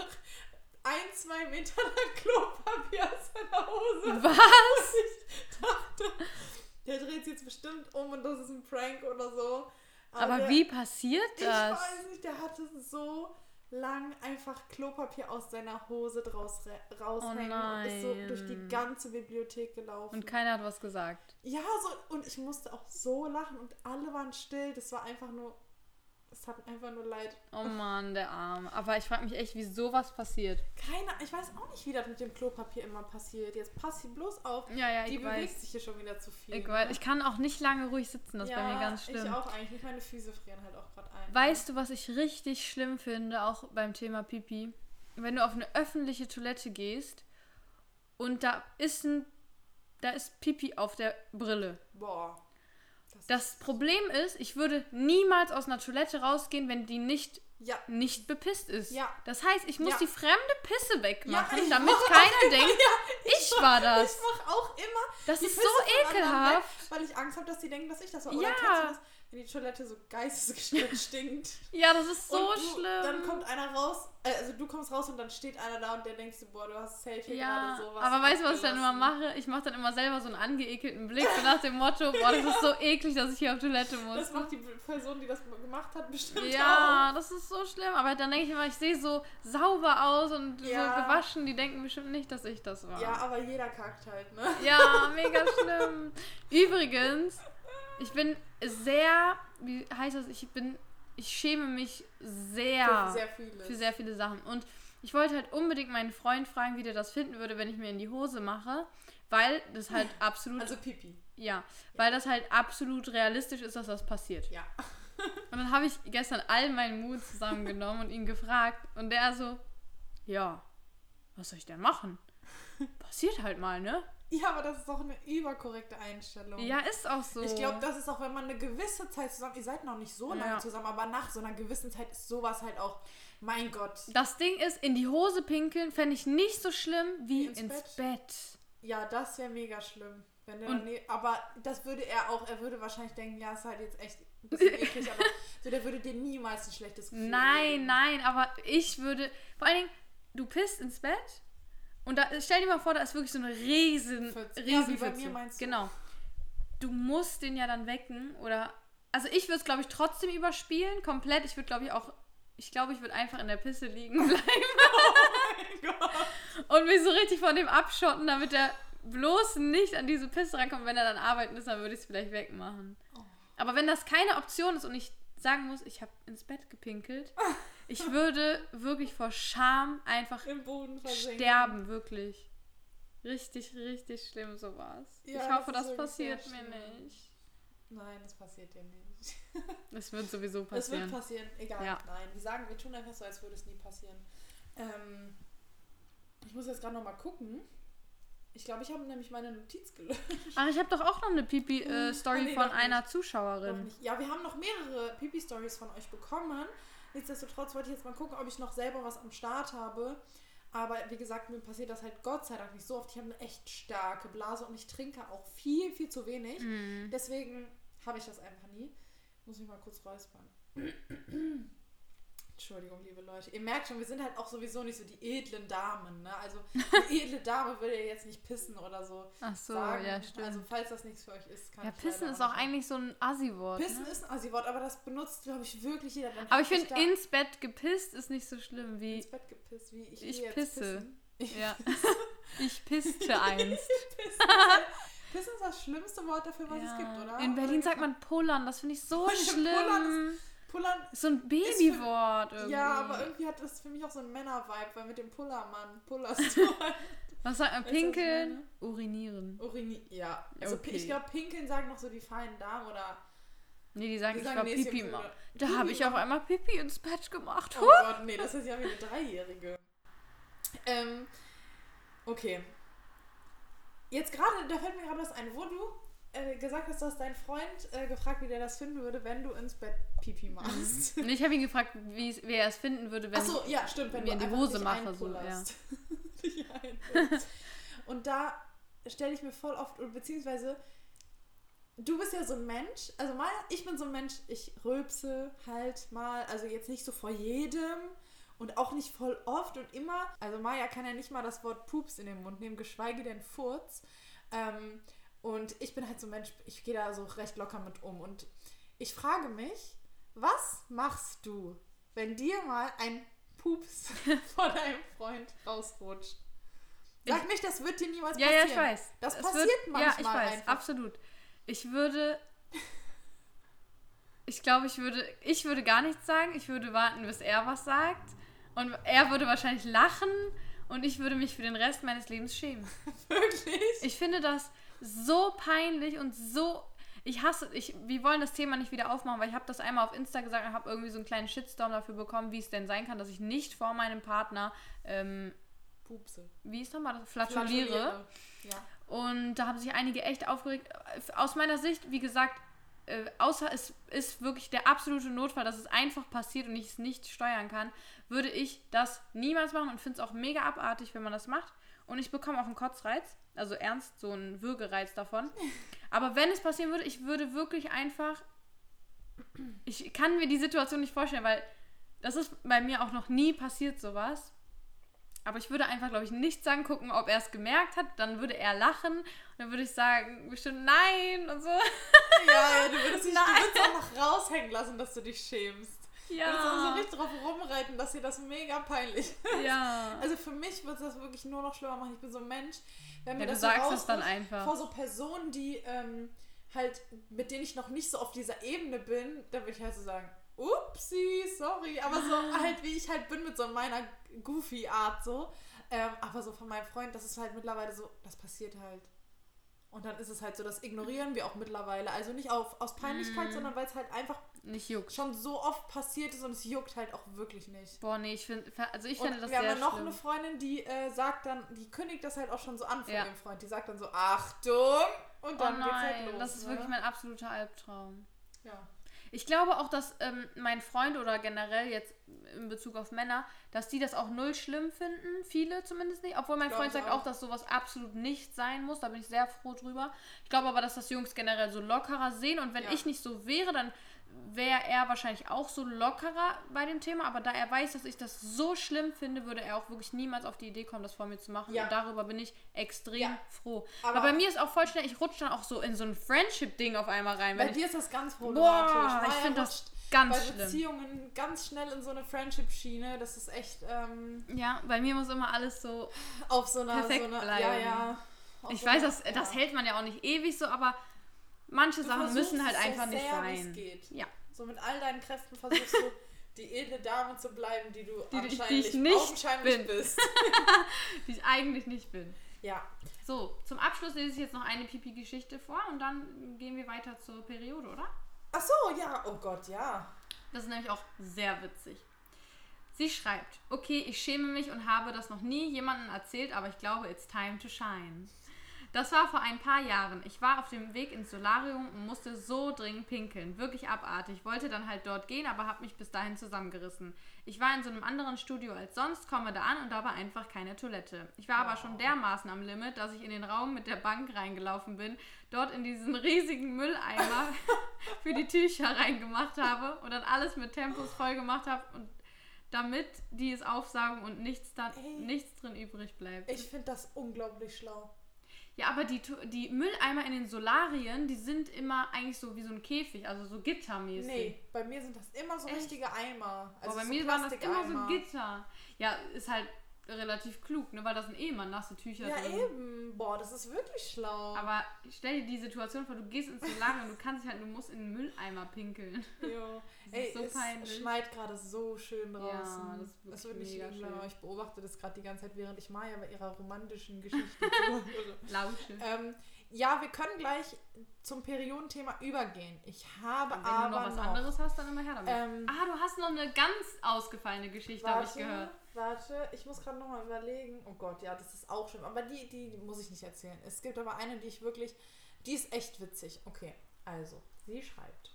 1-2 Meter lang Klopapier aus seiner Hose. Was? Und ich dachte, der dreht sich jetzt bestimmt um und das ist ein Prank oder so. Aber wie passiert das? Ich weiß nicht, der hatte so lang einfach Klopapier aus seiner Hose raushängen und ist so durch die ganze Bibliothek gelaufen. Und keiner hat was gesagt. Ja, so, und ich musste auch so lachen und alle waren still. Das war einfach nur, es hat einfach nur leid. Oh Mann, der Arme. Aber ich frage mich echt, wie sowas passiert. Ich weiß auch nicht, wie das mit dem Klopapier immer passiert. Jetzt pass sie bloß auf. Ja, die ich bewegt weiß. sich hier schon wieder zu viel. Ich weiß. Ich kann auch nicht lange ruhig sitzen, das ist bei mir ganz schlimm. Ich auch eigentlich. Meine Füße frieren halt auch gerade ein. Weißt du, was ich richtig schlimm finde, auch beim Thema Pipi? Wenn du auf eine öffentliche Toilette gehst und da ist Pipi auf der Brille. Boah. Das Problem ist, ich würde niemals aus einer Toilette rausgehen, wenn die nicht bepisst ist. Ja. Das heißt, ich muss die fremde Pisse wegmachen, Ja, damit keiner denkt, ich war das. Ich mach auch immer. Das die ist Pisse so von anderen weg, ekelhaft. weil ich Angst habe, dass die denken, dass ich das war. Ja. Oder kennst du das, wenn die Toilette so geistesgestört stinkt? Ja, das ist so und schlimm. Dann kommt einer raus, also du kommst raus und dann steht einer da und der denkt so, boah, du hast safe hier gerade sowas. Aber weißt du, was ich dann immer mache? Ich mache dann immer selber so einen angeekelten Blick, so nach dem Motto, boah, das ist so eklig, dass ich hier auf Toilette muss. Das macht die Person, die das gemacht hat, bestimmt Ja, auch. das ist so schlimm. Aber dann denke ich immer, ich sehe so sauber aus und so gewaschen. Die denken bestimmt nicht, dass ich das war. Ja, aber jeder kackt halt, ne? Ja, mega schlimm. Übrigens, ich bin sehr, wie heißt das, ich schäme mich sehr für sehr viele Sachen. Und ich wollte halt unbedingt meinen Freund fragen, wie der das finden würde, wenn ich mir in die Hose mache, weil das halt absolut... Also Pipi. Ja, weil das halt absolut realistisch ist, dass das passiert. Ja. Und dann habe ich gestern all meinen Mut zusammengenommen und ihn gefragt und der so, ja, was soll ich denn machen? Passiert halt mal, ne? Ja, aber das ist auch eine überkorrekte Einstellung. Ja, ist auch so. Ich glaube, das ist auch, wenn man eine gewisse Zeit zusammen, ihr seid noch nicht so lange zusammen, aber nach so einer gewissen Zeit ist sowas halt auch, mein Gott. Das Ding ist, in die Hose pinkeln fände ich nicht so schlimm wie ins Bett. Ja, das wäre mega schlimm. Wenn der aber das würde er würde wahrscheinlich denken, ja, ist halt jetzt echt ein bisschen eklig, aber so, der würde dir niemals ein schlechtes Gefühl geben. Nein, aber ich würde, vor allen Dingen, du pisst ins Bett und da, stell dir mal vor, da ist wirklich so eine riesen wie bei mir meinst du? Genau. Du musst den ja dann wecken oder, also ich würde es, glaube ich, trotzdem überspielen, komplett. Ich würde, glaube ich, ich würde einfach in der Pisse liegen bleiben. Oh mein Gott. Und mich so richtig von dem abschotten, damit er bloß nicht an diese Pisse rankommt. Wenn er dann arbeiten ist, dann würde ich es vielleicht wegmachen. Oh. Aber wenn das keine Option ist und ich sagen muss, ich habe ins Bett gepinkelt, ich würde wirklich vor Scham einfach im Boden versinken. Sterben, wirklich. Richtig, richtig schlimm sowas. Ja, ich hoffe, das passiert mir nicht. Nein, das passiert dir nicht. Es wird sowieso passieren. Es wird passieren, egal. Ja. Nein, wir tun einfach so, als würde es nie passieren. Ich muss jetzt gerade nochmal gucken. Ich glaube, ich habe nämlich meine Notiz gelöscht. Aber ich habe doch auch noch eine Pipi-Story von einer Zuschauerin. Ja, wir haben noch mehrere Pipi-Stories von euch bekommen. Nichtsdestotrotz wollte ich jetzt mal gucken, ob ich noch selber was am Start habe. Aber wie gesagt, mir passiert das halt Gott sei Dank nicht so oft. Ich habe eine echt starke Blase und ich trinke auch viel, viel zu wenig. Deswegen habe ich das einfach nie. Muss mich mal kurz räuspern. Entschuldigung, liebe Leute. Ihr merkt schon, wir sind halt auch sowieso nicht so die edlen Damen, ne? Also eine edle Dame würde ja jetzt nicht pissen oder so. Ach so, sagen. Ja, stimmt. Also falls das nichts für euch ist, kann ja, ich pissen ist auch eigentlich so ein Assi-Wort. Pissen ne? ist ein Assi-Wort, aber das benutzt, glaube ich, wirklich jeder. Aber ich finde, ins Bett gepisst ist nicht so schlimm wie... Ins Bett gepisst, wie ich jetzt pisse. Pissen. Ja. Ich pisste einst. Pissen ist das schlimmste Wort dafür, was es gibt, oder? In Berlin sagt man pullern, das finde ich so schlimm. Pullern ist so ein Babywort irgendwie. Ja, aber irgendwie hat das für mich auch so einen Männer-Vibe, weil mit dem Pullermann pullerst du halt. Was sagt man? Pinkeln? Urinieren. Ja. Also okay. Ich glaube, pinkeln sagen noch so die feinen Damen oder... Nee, die sagen, ich war Pipi machen. Da habe ich auf einmal Pipi ins Bett gemacht. Oh Gott, nee, das ist ja wie eine Dreijährige. Okay. Jetzt gerade, da fällt mir gerade was ein, wo du gesagt hast, du hast deinen Freund gefragt, wie der das finden würde, wenn du ins Bett Pipi machst. Ich habe ihn gefragt, wie er es finden würde, wenn wenn ich mir in die Hose mache. So, ja. Und da stelle ich mir voll oft, beziehungsweise du bist ja so ein Mensch, also ich bin so ein Mensch, ich rülpse halt mal, also jetzt nicht so vor jedem und auch nicht voll oft und immer, also Maja kann ja nicht mal das Wort Pups in den Mund nehmen, geschweige denn Furz. Und ich bin halt so ein Mensch, ich gehe da so recht locker mit um. Und ich frage mich, was machst du, wenn dir mal ein Pups vor deinem Freund rausrutscht? Sag nicht, das wird dir niemals passieren. Ja, ich weiß. Das passiert manchmal ja, ich weiß, einfach. Absolut. Ich glaube, ich würde gar nichts sagen. Ich würde warten, bis er was sagt. Und er würde wahrscheinlich lachen und ich würde mich für den Rest meines Lebens schämen. Wirklich? Ich finde das so peinlich und so... wir wollen das Thema nicht wieder aufmachen, weil ich habe das einmal auf Insta gesagt und habe irgendwie so einen kleinen Shitstorm dafür bekommen, wie es denn sein kann, dass ich nicht vor meinem Partner Pupse. Wie ist nochmal das? Flatuliere. Ja. Und da haben sich einige echt aufgeregt. Aus meiner Sicht, wie gesagt, außer es ist wirklich der absolute Notfall, dass es einfach passiert und ich es nicht steuern kann, würde ich das niemals machen und finde es auch mega abartig, wenn man das macht. Und ich bekomme auch einen Kotzreiz, also ernst, so einen Würgereiz davon. Aber wenn es passieren würde, ich würde wirklich einfach, ich kann mir die Situation nicht vorstellen, weil das ist bei mir auch noch nie passiert, sowas. Aber ich würde einfach, glaube ich, nichts sagen, gucken, ob er es gemerkt hat. Dann würde er lachen. Und dann würde ich sagen, bestimmt nein und so. Ja, du würdest auch noch raushängen lassen, dass du dich schämst. Ja. Du würdest auch so richtig drauf rumreiten, dass dir das mega peinlich ist. Ja. Also für mich wird es das wirklich nur noch schlimmer machen. Ich bin so ein Mensch, wenn mir ja, das du so sagst es dann einfach. Vor so Personen, die halt, mit denen ich noch nicht so auf dieser Ebene bin, dann würde ich halt so sagen, upsi, sorry, aber so halt, wie ich halt bin mit so meiner Goofy-Art so. Aber so von meinem Freund, das ist halt mittlerweile so, das passiert halt. Und dann ist es halt so, das ignorieren wir auch mittlerweile. Also nicht aus Peinlichkeit, sondern weil es halt einfach nicht juckt. Schon so oft passiert ist und es juckt halt auch wirklich nicht. Boah, nee, ich finde das sehr schlimm. Wir haben ja noch eine Freundin, die sagt dann, die kündigt das halt auch schon so an von ihrem Freund. Die sagt dann so, Achtung! Und dann geht's halt los. Das ist wirklich mein absoluter Albtraum. Ja. Ich glaube auch, dass mein Freund oder generell jetzt in Bezug auf Männer, dass die das auch null schlimm finden. Viele zumindest nicht. Obwohl mein Freund sagt auch, dass sowas absolut nicht sein muss. Da bin ich sehr froh drüber. Ich glaube aber, dass das Jungs generell so lockerer sehen. Und wenn ich nicht so wäre, dann wäre er wahrscheinlich auch so lockerer bei dem Thema. Aber da er weiß, dass ich das so schlimm finde, würde er auch wirklich niemals auf die Idee kommen, das vor mir zu machen. Ja. Und darüber bin ich extrem froh. Aber bei mir ist auch voll schnell, ich rutsche dann auch so in so ein Friendship-Ding auf einmal rein. Bei dir ist das ganz problematisch. Boah, ich finde das ganz schlimm. Bei Beziehungen ganz schnell in so eine Friendship-Schiene. Das ist echt... ja, bei mir muss immer alles so auf so einer perfekt bleiben. Ja. Ich weiß, das hält man ja auch nicht ewig so, aber manche Sachen müssen halt einfach nicht sein. Geht. Ja. So mit all deinen Kräften versuchst du, die edle Dame zu bleiben, die du augenscheinlich bist. Die ich eigentlich nicht bin. Ja. So, zum Abschluss lese ich jetzt noch eine Pipi-Geschichte vor und dann gehen wir weiter zur Periode, oder? Ach so, ja. Oh Gott, ja. Das ist nämlich auch sehr witzig. Sie schreibt, okay, ich schäme mich und habe das noch nie jemandem erzählt, aber ich glaube, it's time to shine. Das war vor ein paar Jahren. Ich war auf dem Weg ins Solarium und musste so dringend pinkeln. Wirklich abartig. Wollte dann halt dort gehen, aber habe mich bis dahin zusammengerissen. Ich war in so einem anderen Studio als sonst, komme da an und da war einfach keine Toilette. Ich war aber schon dermaßen am Limit, dass ich in den Raum mit der Bank reingelaufen bin, dort in diesen riesigen Mülleimer für die Tücher reingemacht habe und dann alles mit Tempos voll gemacht habe und damit die es aufsaugen und nichts drin übrig bleibt. Ich finde das unglaublich schlau. Ja, aber die Mülleimer in den Solarien, die sind immer eigentlich so wie so ein Käfig, also so gittermäßig. Nee, bei mir sind das immer so richtige Eimer. Also bei mir waren das immer so Gitter. Ja, ist halt relativ klug, ne, weil da sind immer nasse Tücher drin. Ja, eben. Boah, das ist wirklich schlau. Aber stell dir die Situation vor, du gehst ins Solarium und du musst in den Mülleimer pinkeln. Jo. Ey, ist so peinlich. Es schneit gerade so schön draußen. Ja, das ist wirklich mega schön. Ich beobachte das gerade die ganze Zeit, während ich Maya bei ihrer romantischen Geschichte lausche. Ja, wir können gleich zum Periodenthema übergehen. Ich habe aber wenn du noch was anderes hast, dann immer her damit. Du hast noch eine ganz ausgefallene Geschichte, habe ich gehört. Warte, ich muss gerade nochmal überlegen. Oh Gott, ja, das ist auch schlimm. Aber die muss ich nicht erzählen. Es gibt aber eine, die ist echt witzig. Okay, also, sie schreibt.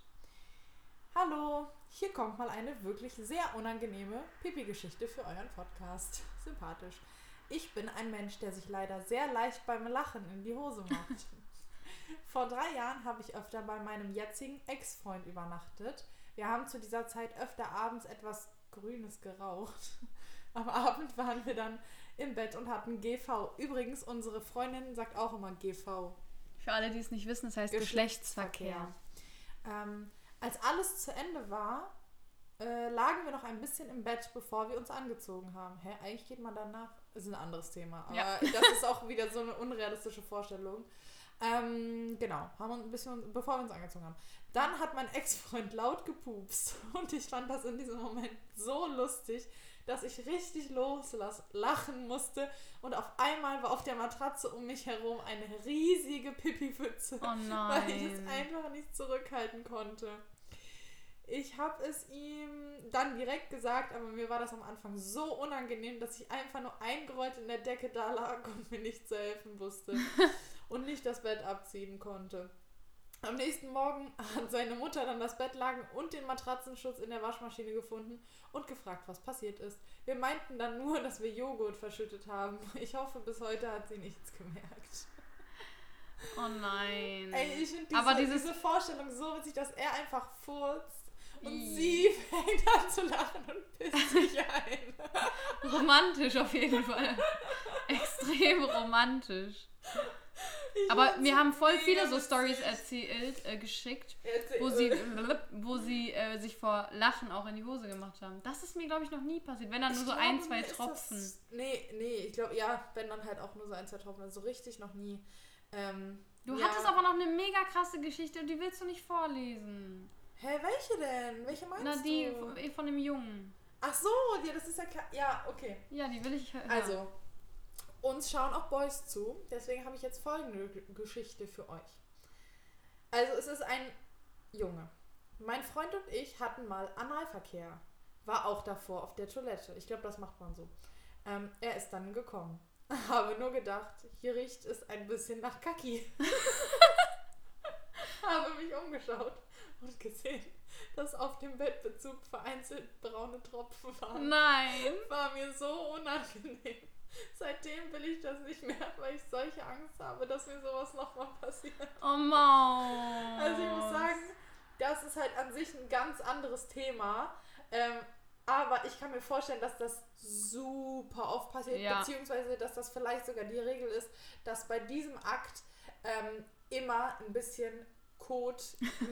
Hallo, hier kommt mal eine wirklich sehr unangenehme Pipi-Geschichte für euren Podcast. Sympathisch. Ich bin ein Mensch, der sich leider sehr leicht beim Lachen in die Hose macht. Vor 3 Jahren habe ich öfter bei meinem jetzigen Ex-Freund übernachtet. Wir haben zu dieser Zeit öfter abends etwas Grünes geraucht. Am Abend waren wir dann im Bett und hatten GV. Übrigens, unsere Freundin sagt auch immer GV. Für alle, die es nicht wissen, das heißt Geschlechtsverkehr. Als alles zu Ende war, lagen wir noch ein bisschen im Bett, bevor wir uns angezogen haben. Eigentlich geht man danach, ist ein anderes Thema, aber das ist auch wieder so eine unrealistische Vorstellung. Genau, haben wir ein bisschen, bevor wir uns angezogen haben. Dann hat mein Ex-Freund laut gepupst und ich fand das in diesem Moment so lustig, dass ich richtig lachen musste und auf einmal war auf der Matratze um mich herum eine riesige Pipi-Pfütze, weil ich es einfach nicht zurückhalten konnte. Ich habe es ihm dann direkt gesagt, aber mir war das am Anfang so unangenehm, dass ich einfach nur eingerollt in der Decke da lag und mir nicht zu helfen wusste und nicht das Bett abziehen konnte. Am nächsten Morgen hat seine Mutter dann das Bettlaken und den Matratzenschutz in der Waschmaschine gefunden und gefragt, was passiert ist. Wir meinten dann nur, dass wir Joghurt verschüttet haben. Ich hoffe, bis heute hat sie nichts gemerkt. Oh nein. Ey, ich finde diese Vorstellung so witzig, dass er einfach furzt und sie fängt an zu lachen und pisst sich ein. Romantisch auf jeden Fall. Extrem romantisch. Aber mir haben voll viele so Stories geschickt, wo sie sich vor Lachen auch in die Hose gemacht haben. Das ist mir, glaube ich, noch nie passiert. Wenn dann nur so 1, 2 Tropfen. Nee, ich glaube, ja, wenn dann halt auch nur so 1, 2 Tropfen. Also so richtig noch nie. Du hattest aber noch eine mega krasse Geschichte und die willst du nicht vorlesen. Hä, welche denn? Welche meinst du? Na, die von dem Jungen. Ach so, ja, das ist ja klar. Ja, okay. Ja, die will ich hören. Also, uns schauen auch Boys zu, deswegen habe ich jetzt folgende Geschichte für euch. Also, es ist ein Junge. Mein Freund und ich hatten mal Analverkehr. War auch davor auf der Toilette. Ich glaube, das macht man so. Er ist dann gekommen. Habe nur gedacht, hier riecht es ein bisschen nach Kaki. Habe mich umgeschaut und gesehen, dass auf dem Bettbezug vereinzelt braune Tropfen waren. Nein. War mir so unangenehm. Seitdem will ich das nicht mehr, weil ich solche Angst habe, dass mir sowas nochmal passiert. Oh Mann. Also ich muss sagen, das ist halt an sich ein ganz anderes Thema. Aber ich kann mir vorstellen, dass das super oft passiert, beziehungsweise dass das vielleicht sogar die Regel ist, dass bei diesem Akt immer ein bisschen Kot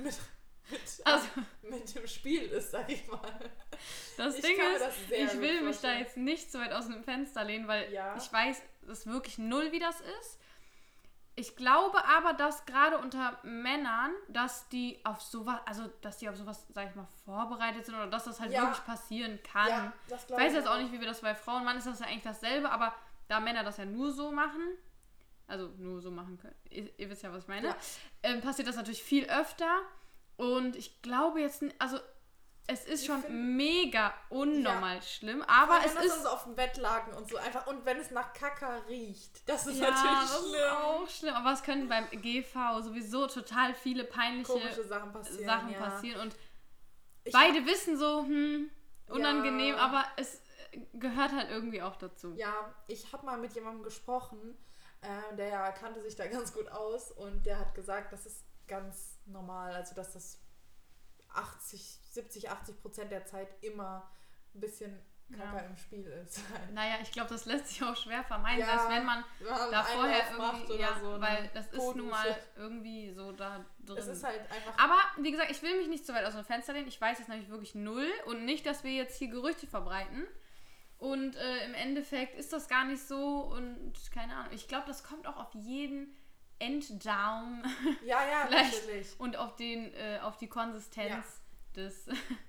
mit dem Spiel ist, sag ich mal. Das Ding ist, ich will mich da jetzt nicht so weit aus dem Fenster lehnen, weil ich weiß es wirklich null, wie das ist. Ich glaube aber, dass gerade unter Männern, dass die auf sowas, sag ich mal, vorbereitet sind oder dass das halt wirklich passieren kann. Ja, das ich weiß jetzt auch nicht, wie wir das bei Frauen machen, ist das ja eigentlich dasselbe, aber da Männer das ja nur so machen, also nur so machen können, ihr wisst ja, was ich meine, passiert das natürlich viel öfter und ich glaube jetzt, also es ist schon mega unnormal schlimm, aber es ist... auf dem Bett lagen und so einfach. Und wenn es nach Kaka riecht, das ist natürlich schlimm. Ja, das ist auch schlimm. Aber es können beim GV sowieso total viele peinliche komische Sachen passieren. Und beide wissen so, unangenehm, aber es gehört halt irgendwie auch dazu. Ja, ich habe mal mit jemandem gesprochen, der kannte sich da ganz gut aus und der hat gesagt, das ist ganz normal, also dass das 70-80% der Zeit immer ein bisschen Kacke im Spiel ist. Naja, ich glaube, das lässt sich auch schwer vermeiden, selbst wenn man da vorher irgendwie, oder so, weil das ist nun mal irgendwie so da drin. Es ist halt einfach... Aber, wie gesagt, ich will mich nicht so weit aus dem Fenster lehnen. Ich weiß jetzt nämlich wirklich null und nicht, dass wir jetzt hier Gerüchte verbreiten. Und im Endeffekt ist das gar nicht so und keine Ahnung. Ich glaube, das kommt auch auf jeden Enddarm. Ja, natürlich. Und auf die Konsistenz des...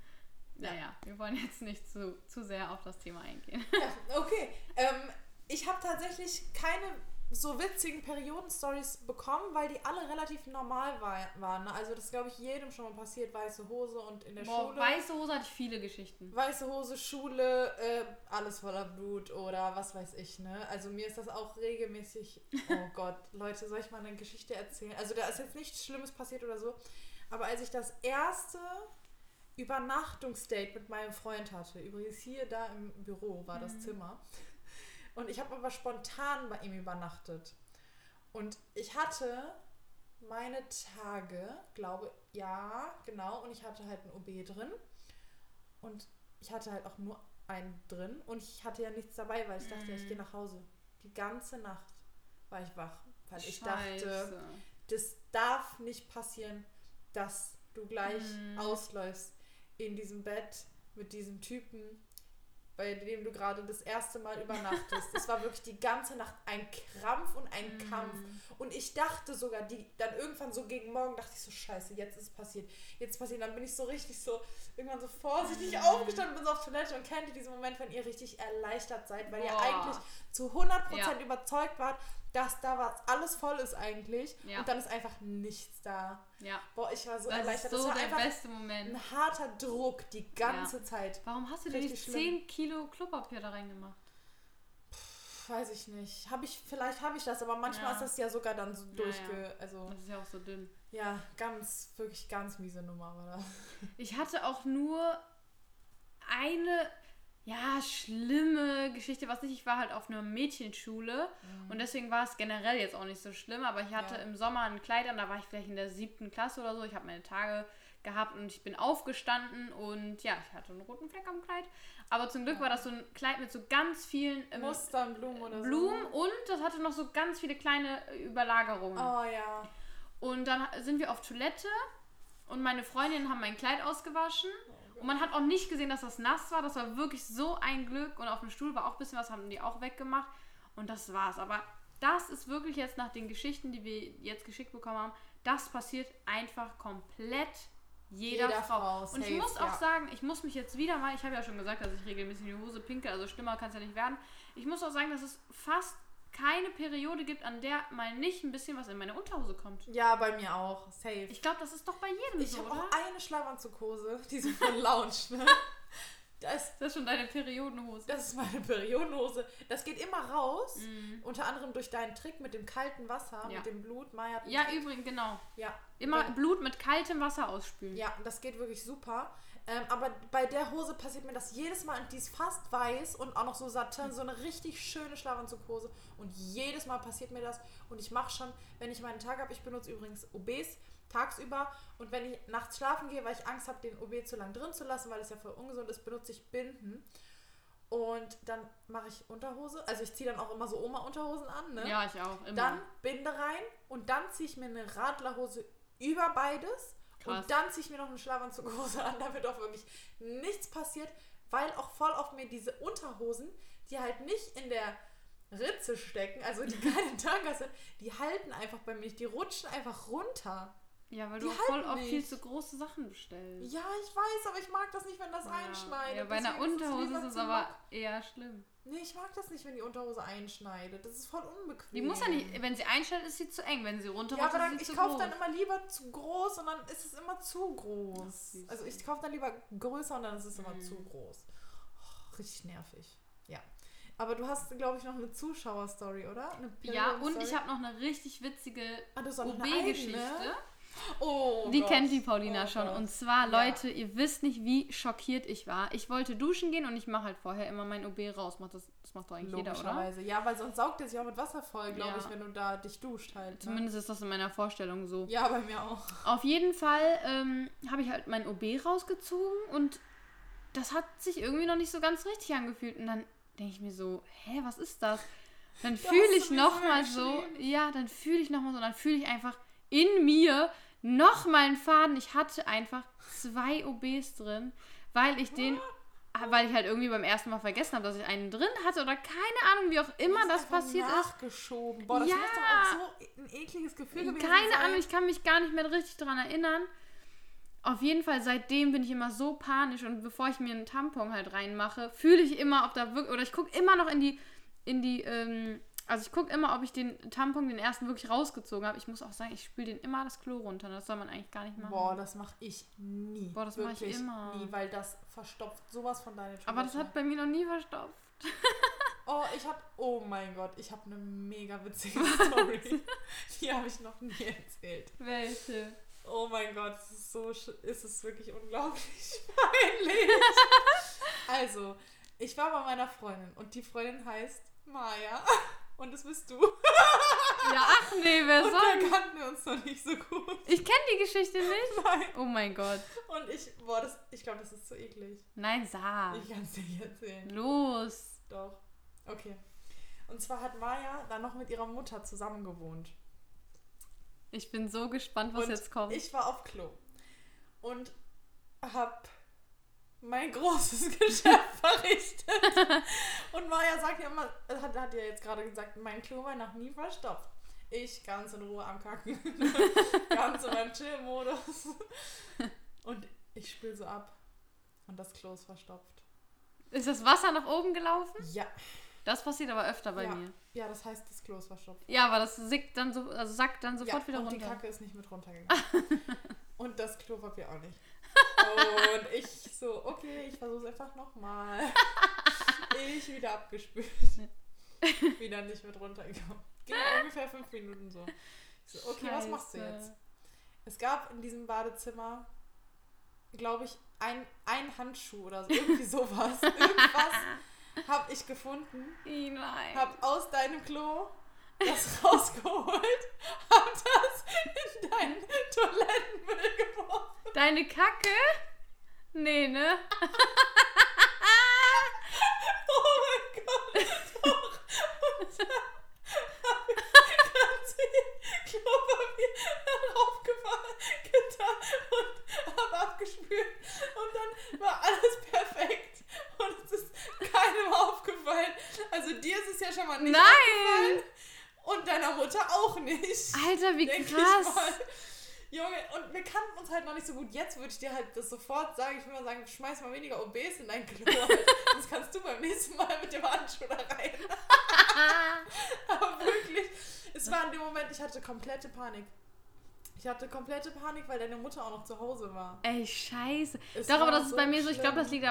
Naja, wir wollen jetzt nicht zu sehr auf das Thema eingehen. Ja, okay. Ich habe tatsächlich keine so witzigen Periodenstories bekommen, weil die alle relativ normal waren. Also das ist, glaube ich, jedem schon mal passiert. Weiße Hose und in der Schule. Weiße Hose hatte ich viele Geschichten. Weiße Hose, Schule, alles voller Blut oder was weiß ich, ne? Also mir ist das auch regelmäßig... Oh Gott, Leute, soll ich mal eine Geschichte erzählen? Also da ist jetzt nichts Schlimmes passiert oder so. Aber als ich das erste Übernachtungsdate mit meinem Freund hatte, übrigens hier da im Büro war das Zimmer, und ich habe aber spontan bei ihm übernachtet. Und ich hatte meine Tage, glaube, ja, genau, und ich hatte halt ein OB drin. Und ich hatte halt auch nur einen drin. Und ich hatte ja nichts dabei, weil ich dachte, ich gehe nach Hause. Die ganze Nacht war ich wach. Weil ich dachte, das darf nicht passieren, dass du gleich ausläufst in diesem Bett mit diesem Typen, bei dem du gerade das erste Mal übernachtest. Es war wirklich die ganze Nacht ein Krampf und ein Kampf. Und ich dachte sogar, dann irgendwann so gegen morgen, dachte ich so, scheiße, jetzt ist es passiert. Dann bin ich so richtig so, irgendwann so vorsichtig aufgestanden, bin so auf Toilette und kennt ihr diesen Moment, wenn ihr richtig erleichtert seid, weil ihr eigentlich zu 100% überzeugt wart, dass da was alles voll ist eigentlich und dann ist einfach nichts da. Ja. Boah, ich war so das erleichtert. Ist so das war der einfach beste Moment. Ein harter Druck die ganze Zeit. Warum hast du dir die 10 Kilo Klopapier da reingemacht? Weiß ich nicht. Vielleicht habe ich das, aber manchmal ist das ja sogar dann so also das ist ja auch so dünn. Ja, wirklich ganz miese Nummer war das. Ich hatte auch nur eine schlimme Geschichte, ich war halt auf einer Mädchenschule und deswegen war es generell jetzt auch nicht so schlimm, aber ich hatte im Sommer ein Kleid an, da war ich vielleicht in der 7. Klasse oder so, ich habe meine Tage gehabt und ich bin aufgestanden und ich hatte einen roten Fleck am Kleid, aber zum Glück war das so ein Kleid mit so ganz vielen Mustern, Blumen oder Blumen und das hatte noch so ganz viele kleine Überlagerungen. Oh ja. Und dann sind wir auf Toilette und meine Freundinnen haben mein Kleid ausgewaschen. Und man hat auch nicht gesehen, dass das nass war. Das war wirklich so ein Glück. Und auf dem Stuhl war auch ein bisschen was, haben die auch weggemacht. Und das war's. Aber das ist wirklich jetzt nach den Geschichten, die wir jetzt geschickt bekommen haben, das passiert einfach komplett jeder Frau. Und ich muss auch sagen, ich muss mich jetzt wieder mal, ich habe ja schon gesagt, dass ich regelmäßig in die Hose pinke, also schlimmer kann es ja nicht werden. Ich muss auch sagen, das ist fast keine Periode gibt, an der mal nicht ein bisschen was in meine Unterhose kommt. Ja, bei mir auch. Safe. Ich glaube, das ist doch bei jedem so, Ich habe oder? auch eine Schlafanzughose, die so von Lounge, ne? Das ist schon deine Periodenhose. Das ist meine Periodenhose. Das geht immer raus. Unter anderem durch deinen Trick mit dem kalten Wasser, mit dem Blut. Maya hat ja, übrigens, genau. Ja. Immer Blut mit kaltem Wasser ausspülen. Ja, das geht wirklich super. Aber bei der Hose passiert mir das jedes Mal. Und die ist fast weiß und auch noch so Satin. So eine richtig schöne Schlafanzughose. Und jedes Mal passiert mir das. Und ich mache schon, wenn ich meinen Tag habe, ich benutze übrigens OBs tagsüber. Und wenn ich nachts schlafen gehe, weil ich Angst habe, den OB zu lang drin zu lassen, weil es ja voll ungesund ist, benutze ich Binden. Und dann mache ich Unterhose. Also ich ziehe dann auch immer so Oma-Unterhosen an, ne? Ja, ich auch. Immer. Dann Binde rein und dann ziehe ich mir eine Radlerhose über beides. Krass. Und dann ziehe ich mir noch eine Schlafanzughose an, damit auch wirklich nichts passiert, weil auch voll auf mir diese Unterhosen, die halt nicht in der Ritze stecken, also die keine Tangas sind, die halten einfach bei mir nicht, die rutschen einfach runter. Ja, weil du auch voll oft viel zu große Sachen bestellst. Ja, ich weiß, aber ich mag das nicht, wenn das einschneidet. Ja, bei einer Unterhose ist es aber eher schlimm. Nee, ich mag das nicht, wenn die Unterhose einschneidet. Das ist voll unbequem. Die muss ja nicht, wenn sie einschneidet, ist sie zu eng. Wenn sie runterrutscht, ist sie zu groß. Ja, aber ich kaufe dann immer lieber zu groß und dann ist es immer zu groß. Also ich kaufe dann lieber größer und dann ist es immer zu groß. Oh, richtig nervig. Ja. Aber du hast, glaube ich, noch eine Zuschauerstory, oder? Ja, und ich habe noch eine richtig witzige OB-Geschichte. Oh, die kennt die Paulina schon. Und zwar, Leute, ihr wisst nicht, wie schockiert ich war. Ich wollte duschen gehen und ich mache halt vorher immer mein OB raus. Das macht doch eigentlich jeder, oder? Ja, weil sonst saugt er sich auch mit Wasser voll, glaube ich, wenn du da dich duscht halt. Ne? Zumindest ist das in meiner Vorstellung so. Ja, bei mir auch. Auf jeden Fall habe ich halt mein OB rausgezogen und das hat sich irgendwie noch nicht so ganz richtig angefühlt. Und dann denke ich mir so, was ist das? Dann fühle ich nochmal so, dann fühle ich einfach in mir nochmal einen Faden. Ich hatte einfach 2 OBs drin, weil ich halt irgendwie beim ersten Mal vergessen habe, dass ich einen drin hatte oder keine Ahnung, wie auch immer das passiert ist. Nachgeschoben. Boah, das muss doch auch so ein ekliges Gefühl gewesen sein. Keine Ahnung, ich kann mich gar nicht mehr richtig daran erinnern. Auf jeden Fall, seitdem bin ich immer so panisch und bevor ich mir einen Tampon halt reinmache, fühle ich immer, ob da wirklich, oder ich gucke immer noch also ich gucke immer, ob ich den Tampon, den ersten, wirklich rausgezogen habe. Ich muss auch sagen, ich spüle den immer das Klo runter. Das soll man eigentlich gar nicht machen. Boah, das mache ich nie. Boah, das mache ich immer. Nie, weil das verstopft sowas von deiner Toilette. Aber das hat bei mir noch nie verstopft. Oh mein Gott, ich habe eine mega witzige Story. Die habe ich noch nie erzählt. Welche? Oh mein Gott, ist es wirklich unglaublich peinlich. Also, ich war bei meiner Freundin und die Freundin heißt Maya. Und das bist du. Ja, ach nee, wer soll? Und da kannten wir uns noch nicht so gut. Ich kenne die Geschichte nicht. Nein. Oh mein Gott. Und ich glaube, das ist zu eklig. Nein, sag. Ich kann es dir nicht erzählen. Los. Doch. Okay. Und zwar hat Maya dann noch mit ihrer Mutter zusammen gewohnt. Ich bin so gespannt, was jetzt kommt. Ich war auf Klo und habe mein großes Geschäft verrichtet. Und Maya sagt ja immer, hat ja jetzt gerade gesagt, mein Klo war noch nie verstopft. Ich ganz in Ruhe am Kacken. Ganz in meinem Chill-Modus. Und ich spül so ab. Und das Klo ist verstopft. Ist das Wasser nach oben gelaufen? Ja. Das passiert aber öfter bei mir. Ja, das heißt, das Klo ist verstopft. Ja, aber das sackt dann sofort wieder runter. Und die Kacke ist nicht mit runtergegangen. Und das Klopapier auch nicht. Und ich so, okay, ich versuche es einfach nochmal. Ich wieder abgespült. Wieder nicht mit runtergekommen. Ging ungefähr 5 Minuten so. Ich so, okay, was machst du jetzt? Es gab in diesem Badezimmer, glaube ich, ein Handschuh oder so, irgendwie sowas. Irgendwas habe ich gefunden. Nein. Hab aus deinem Klo das rausgeholt, hab das in deinen Toilettenmüll geworfen. Deine Kacke? Nee, ne? Oh mein Gott, doch. Und dann hab ich ganz viel Klopapier darauf getan und hab abgespült. Und dann war alles perfekt. Und es ist keinem aufgefallen. Also dir ist es ja schon mal nicht aufgefallen. Und deiner Mutter auch nicht. Alter, wie krass. Junge, und wir kannten uns halt noch nicht so gut. Jetzt würde ich dir halt das sofort sagen. Ich würde mal sagen, schmeiß mal weniger OBs in dein Klo. Halt. Sonst kannst du beim nächsten Mal mit dem Handschuh da rein. Aber wirklich, es war in dem Moment, ich hatte komplette Panik. Weil deine Mutter auch noch zu Hause war. Ey, scheiße. Doch, aber das ist bei mir so, ich glaube, das liegt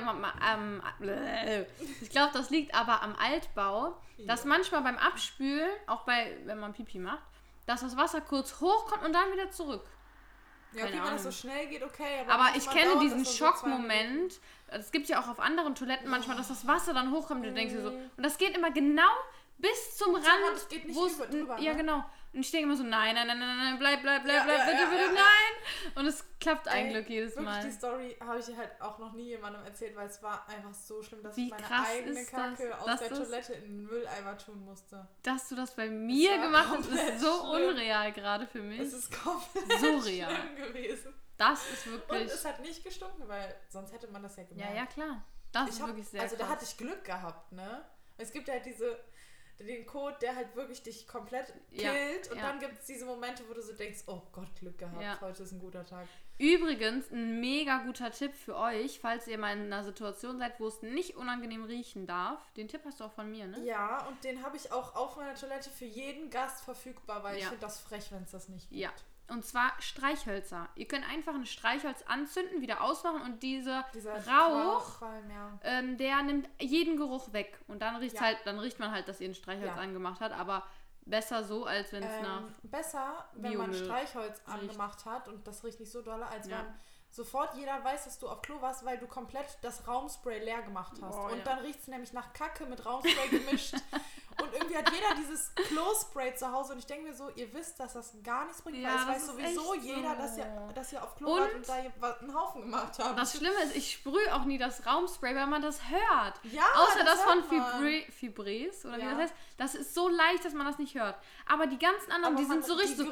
das liegt aber am Altbau, dass manchmal beim Abspülen, auch wenn man Pipi macht, dass das Wasser kurz hochkommt und dann wieder zurück. Ja, okay, wenn das so schnell geht, okay. Aber ich kenne diesen Schockmoment, es gibt ja auch auf anderen Toiletten manchmal, dass das Wasser dann hochkommt und du denkst dir so, und das geht immer genau bis zum Rand. Das geht nicht drüber, ja, genau. Und ich denke immer so, nein, bleib, bitte, nein. Und es klappt ein Glück jedes Mal. Die Story habe ich halt auch noch nie jemandem erzählt, weil es war einfach so schlimm, dass ich meine eigene Kacke aus der Toilette in den Mülleimer tun musste. Dass du das bei mir gemacht hast, ist so unreal gerade für mich. Es ist komplett schlimm gewesen. Das ist wirklich... Und es hat nicht gestunken, weil sonst hätte man das ja gemerkt. Ja, klar. Das ist wirklich sehr krass. Also da hatte ich Glück gehabt, ne? Es gibt halt den Code, der halt wirklich dich komplett killt. Und dann gibt es diese Momente, wo du so denkst, oh Gott, Glück gehabt, heute ist ein guter Tag. Übrigens, ein mega guter Tipp für euch, falls ihr mal in einer Situation seid, wo es nicht unangenehm riechen darf. Den Tipp hast du auch von mir, ne? Ja, und den habe ich auch auf meiner Toilette für jeden Gast verfügbar, weil ich finde das frech, wenn es das nicht gibt. Ja. Und zwar Streichhölzer. Ihr könnt einfach ein Streichholz anzünden, wieder ausmachen und dieser Rauch, der nimmt jeden Geruch weg. Und dann riecht man halt, dass ihr ein Streichholz angemacht habt, aber besser so, als wenn es nach besser, wenn man Streichholz angemacht hat und das riecht nicht so doll, als wenn sofort jeder weiß, dass du auf Klo warst, weil du komplett das Raumspray leer gemacht hast. Dann riecht es nämlich nach Kacke mit Raumspray gemischt. Und irgendwie hat jeder dieses Klo-Spray zu Hause und ich denke mir so, ihr wisst, dass das gar nichts bringt, weil es weiß sowieso jeder, dass ihr auf Klo wart und da einen Haufen gemacht habt. Das Schlimme ist, ich sprühe auch nie das Raumspray, weil man das hört. Ja, außer das von Febreze, oder wie das heißt. Das ist so leicht, dass man das nicht hört. Aber die ganzen anderen, die sind so richtig so...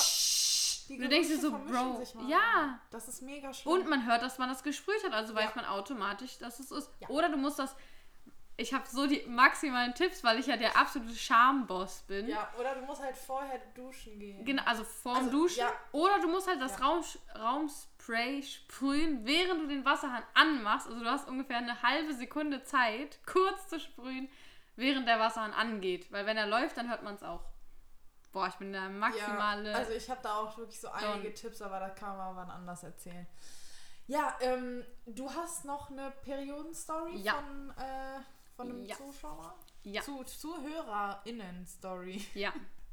Du denkst dir so, Bro, ja. Das ist mega schlimm. Und man hört, dass man das gesprüht hat, also weiß man automatisch, dass es ist. Ja. Oder du musst das... Ich habe so die maximalen Tipps, weil ich ja der absolute Schamboss bin. Ja, oder du musst halt vorher duschen gehen. Genau, also vorm Duschen. Ja. Oder du musst halt das Raumspray sprühen, während du den Wasserhahn anmachst. Also du hast ungefähr eine halbe Sekunde Zeit, kurz zu sprühen, während der Wasserhahn angeht. Weil wenn er läuft, dann hört man es auch. Boah, ich bin der maximale... Ja, also ich habe da auch wirklich so einige Tipps, aber da kann man wann anders erzählen. Ja, du hast noch eine Periodenstory von einem Zuschauer? Ja. ZuhörerInnen-Story. Ja.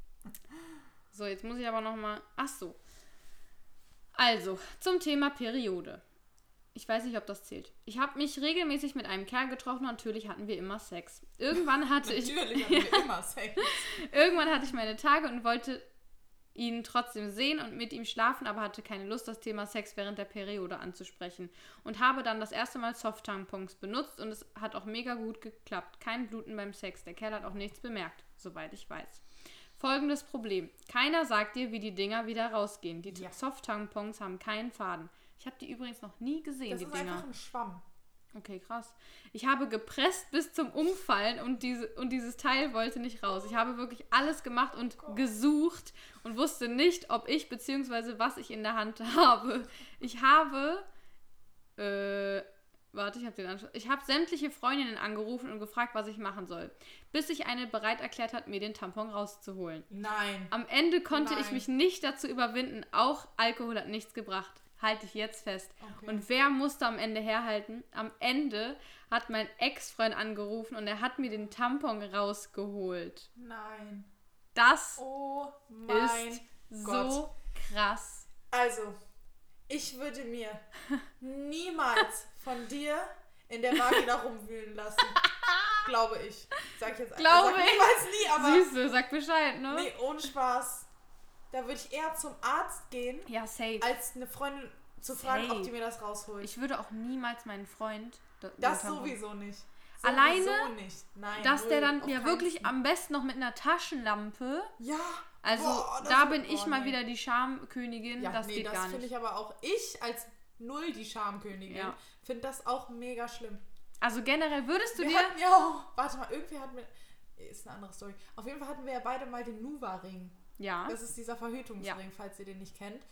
So, jetzt muss ich aber nochmal... Ach so. Also, zum Thema Periode. Ich weiß nicht, ob das zählt. Ich habe mich regelmäßig mit einem Kerl getroffen und natürlich hatten wir immer Sex. Irgendwann hatte ich... Natürlich hatten wir immer Sex. Irgendwann hatte ich meine Tage und wollte ihn trotzdem sehen und mit ihm schlafen, aber hatte keine Lust, das Thema Sex während der Periode anzusprechen. Und habe dann das erste Mal Soft-Tampons benutzt und es hat auch mega gut geklappt. Kein Bluten beim Sex. Der Kerl hat auch nichts bemerkt, soweit ich weiß. Folgendes Problem. Keiner sagt dir, wie die Dinger wieder rausgehen. Die Soft-Tampons haben keinen Faden. Ich habe die übrigens noch nie gesehen, die Dinger. Das ist einfach ein Schwamm. Okay, krass. Ich habe gepresst bis zum Umfallen und dieses Teil wollte nicht raus. Ich habe wirklich alles gemacht und gesucht und wusste nicht, ob ich bzw. was ich in der Hand habe. Ich habe sämtliche Freundinnen angerufen und gefragt, was ich machen soll, bis sich eine bereit erklärt hat, mir den Tampon rauszuholen. Nein. Am Ende konnte ich mich nicht dazu überwinden. Auch Alkohol hat nichts gebracht. Halte ich jetzt fest. Okay. Und wer musste am Ende herhalten? Am Ende hat mein Ex-Freund angerufen und er hat mir den Tampon rausgeholt. Nein. Das ist so krass. Also, ich würde mir niemals von dir in der Vagina rumwühlen lassen. Glaube ich. Sag ich jetzt einfach. Glaube ich. Niemals nie, aber... Süße, sag Bescheid, ne? Nee, ohne Spaß. Da würde ich eher zum Arzt gehen, als eine Freundin zu fragen, ob die mir das rausholt. Ich würde auch niemals meinen Freund... Das sowieso nicht. Alleine, nicht. Nein, dass der dann wirklich am besten noch mit einer Taschenlampe... Ja. Also da bin ich mal wieder die Schamkönigin. Ja, das geht gar nicht. Das finde ich aber auch, ich als null die Schamkönigin, finde das auch mega schlimm. Also generell würdest du warte mal, irgendwie hatten wir... Ist eine andere Story. Auf jeden Fall hatten wir ja beide mal den Nuva-Ring. Ja. Das ist dieser Verhütungsring, falls ihr den nicht kennt.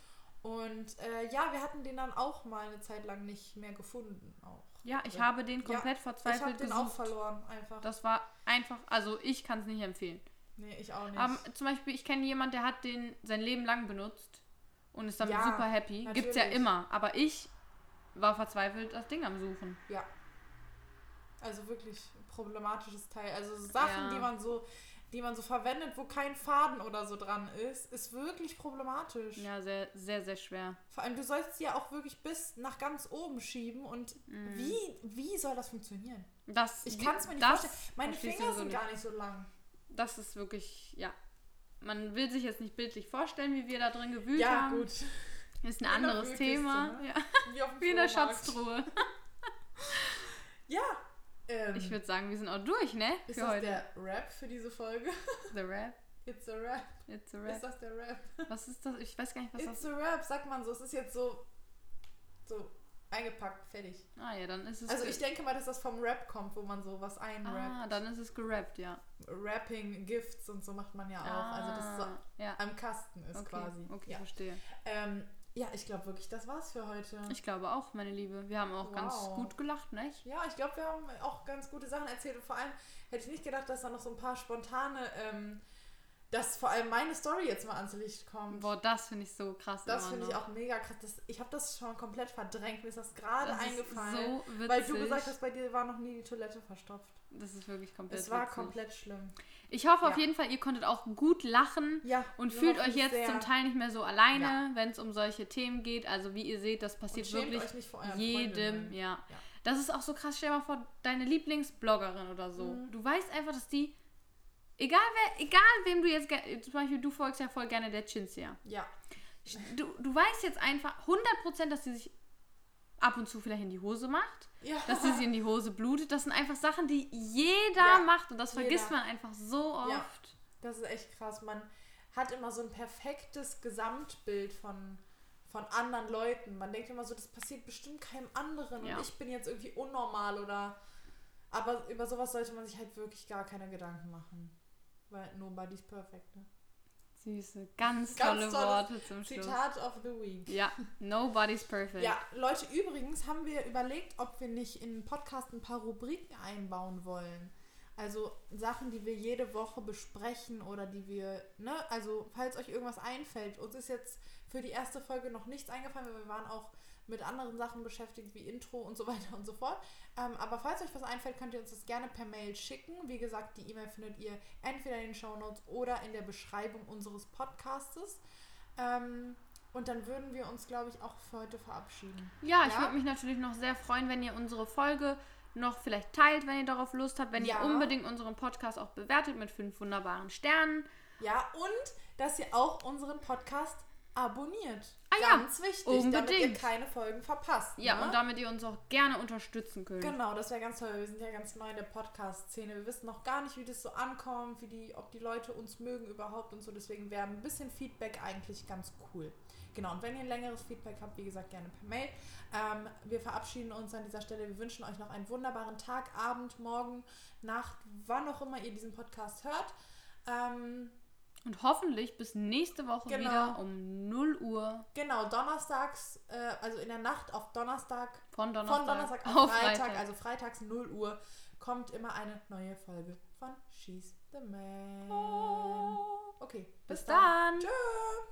Und ja, wir hatten den dann auch mal eine Zeit lang nicht mehr gefunden. Auch. Ja, ich habe den komplett verzweifelt gesucht. Ich habe den auch verloren, einfach. Das war einfach, also ich kann es nicht empfehlen. Nee, ich auch nicht. Aber zum Beispiel, ich kenne jemanden, der hat den sein Leben lang benutzt und ist damit super happy. Natürlich. Gibt's ja immer. Aber ich war verzweifelt das Ding am Suchen. Ja. Also wirklich problematisches Teil. Also Sachen, die man so verwendet, wo kein Faden oder so dran ist wirklich problematisch. Ja, sehr, sehr, sehr schwer. Vor allem, du sollst sie ja auch wirklich bis nach ganz oben schieben und wie soll das funktionieren? Ich kann es mir nicht vorstellen. Meine Finger sind gar nicht so lang. Das ist wirklich, ja. Man will sich jetzt nicht bildlich vorstellen, wie wir da drin gewühlt haben. Ja, gut. Ist ein anderes Thema. Ne? Ja. Wie in der Schatztruhe. Ja. Ich würde sagen, wir sind auch durch, ne? Ist das heute der Rap für diese Folge? The Rap? It's a Rap. It's a Rap. Ist das der Rap? Was ist das? Ich weiß gar nicht, was das ist. It's a Rap, sagt man so. Es ist jetzt so eingepackt, fertig. Ah ja, dann ist es... Also ich denke mal, dass das vom Rap kommt, wo man so was einrappt. Ah, dann ist es gerappt, ja. Rapping, Gifts und so macht man ja auch. Also das so am Kasten ist quasi. Okay, verstehe. Ja, ich glaube wirklich, das war's für heute. Ich glaube auch, meine Liebe. Wir haben auch ganz gut gelacht, nicht? Ja, ich glaube, wir haben auch ganz gute Sachen erzählt. Und vor allem hätte ich nicht gedacht, dass da noch so ein paar spontane, dass vor allem meine Story jetzt mal ans Licht kommt. Boah, das finde ich so krass. Das finde ich auch mega krass. Ich habe das schon komplett verdrängt. Mir ist das gerade eingefallen. So witzig. Weil du gesagt hast, bei dir war noch nie die Toilette verstopft. Das ist wirklich komplett Es war komplett schlimm. Ich hoffe auf jeden Fall, ihr konntet auch gut lachen und fühlt euch jetzt zum Teil nicht mehr so alleine, wenn es um solche Themen geht. Also wie ihr seht, das passiert wirklich euch nicht vor euren jedem. Ja. Das ist auch so krass. Stell dir mal vor, deine Lieblingsbloggerin oder so. Du weißt einfach, dass die, egal wem du jetzt, zum Beispiel du folgst ja voll gerne der Cinzia. Ja. Du weißt jetzt einfach 100%, dass sie sich ab und zu vielleicht in die Hose macht, dass sie in die Hose blutet. Das sind einfach Sachen, die jeder macht und das vergisst man einfach so oft. Ja, das ist echt krass. Man hat immer so ein perfektes Gesamtbild von anderen Leuten. Man denkt immer so, das passiert bestimmt keinem anderen und ich bin jetzt irgendwie unnormal aber über sowas sollte man sich halt wirklich gar keine Gedanken machen. Weil nobody's perfect, ne? Süße, ganz tolle Worte zum Schluss. Zitat of the Week. Ja, nobody's perfect. Ja, Leute, übrigens haben wir überlegt, ob wir nicht in den Podcast ein paar Rubriken einbauen wollen. Also Sachen, die wir jede Woche besprechen oder die wir, ne, also falls euch irgendwas einfällt. Uns ist jetzt für die erste Folge noch nichts eingefallen, weil wir waren auch mit anderen Sachen beschäftigt, wie Intro und so weiter und so fort. Aber falls euch was einfällt, könnt ihr uns das gerne per Mail schicken. Wie gesagt, die E-Mail findet ihr entweder in den Shownotes oder in der Beschreibung unseres Podcastes. Und dann würden wir uns, glaube ich, auch für heute verabschieden. Ja, ich würde mich natürlich noch sehr freuen, wenn ihr unsere Folge noch vielleicht teilt, wenn ihr darauf Lust habt, wenn ihr unbedingt unseren Podcast auch bewertet mit 5 wunderbaren Sternen. Ja, und dass ihr auch unseren Podcast abonniert. Ganz wichtig, unbedingt. Damit ihr keine Folgen verpasst. Ja, ne? und damit ihr uns auch gerne unterstützen könnt. Genau, das wäre ganz toll. Wir sind ja ganz neu in der Podcast-Szene. Wir wissen noch gar nicht, wie das so ankommt, ob die Leute uns mögen überhaupt und so. Deswegen wäre ein bisschen Feedback eigentlich ganz cool. Genau, und wenn ihr ein längeres Feedback habt, wie gesagt, gerne per Mail. Wir verabschieden uns an dieser Stelle. Wir wünschen euch noch einen wunderbaren Tag, Abend, Morgen, Nacht, wann auch immer ihr diesen Podcast hört. Und hoffentlich bis nächste Woche wieder um 0 Uhr. Genau, donnerstags, also in der Nacht auf Donnerstag. Von Donnerstag auf Freitag, also freitags 0 Uhr, kommt immer eine neue Folge von She's the Man. Oh. Okay, bis dann. Tschö.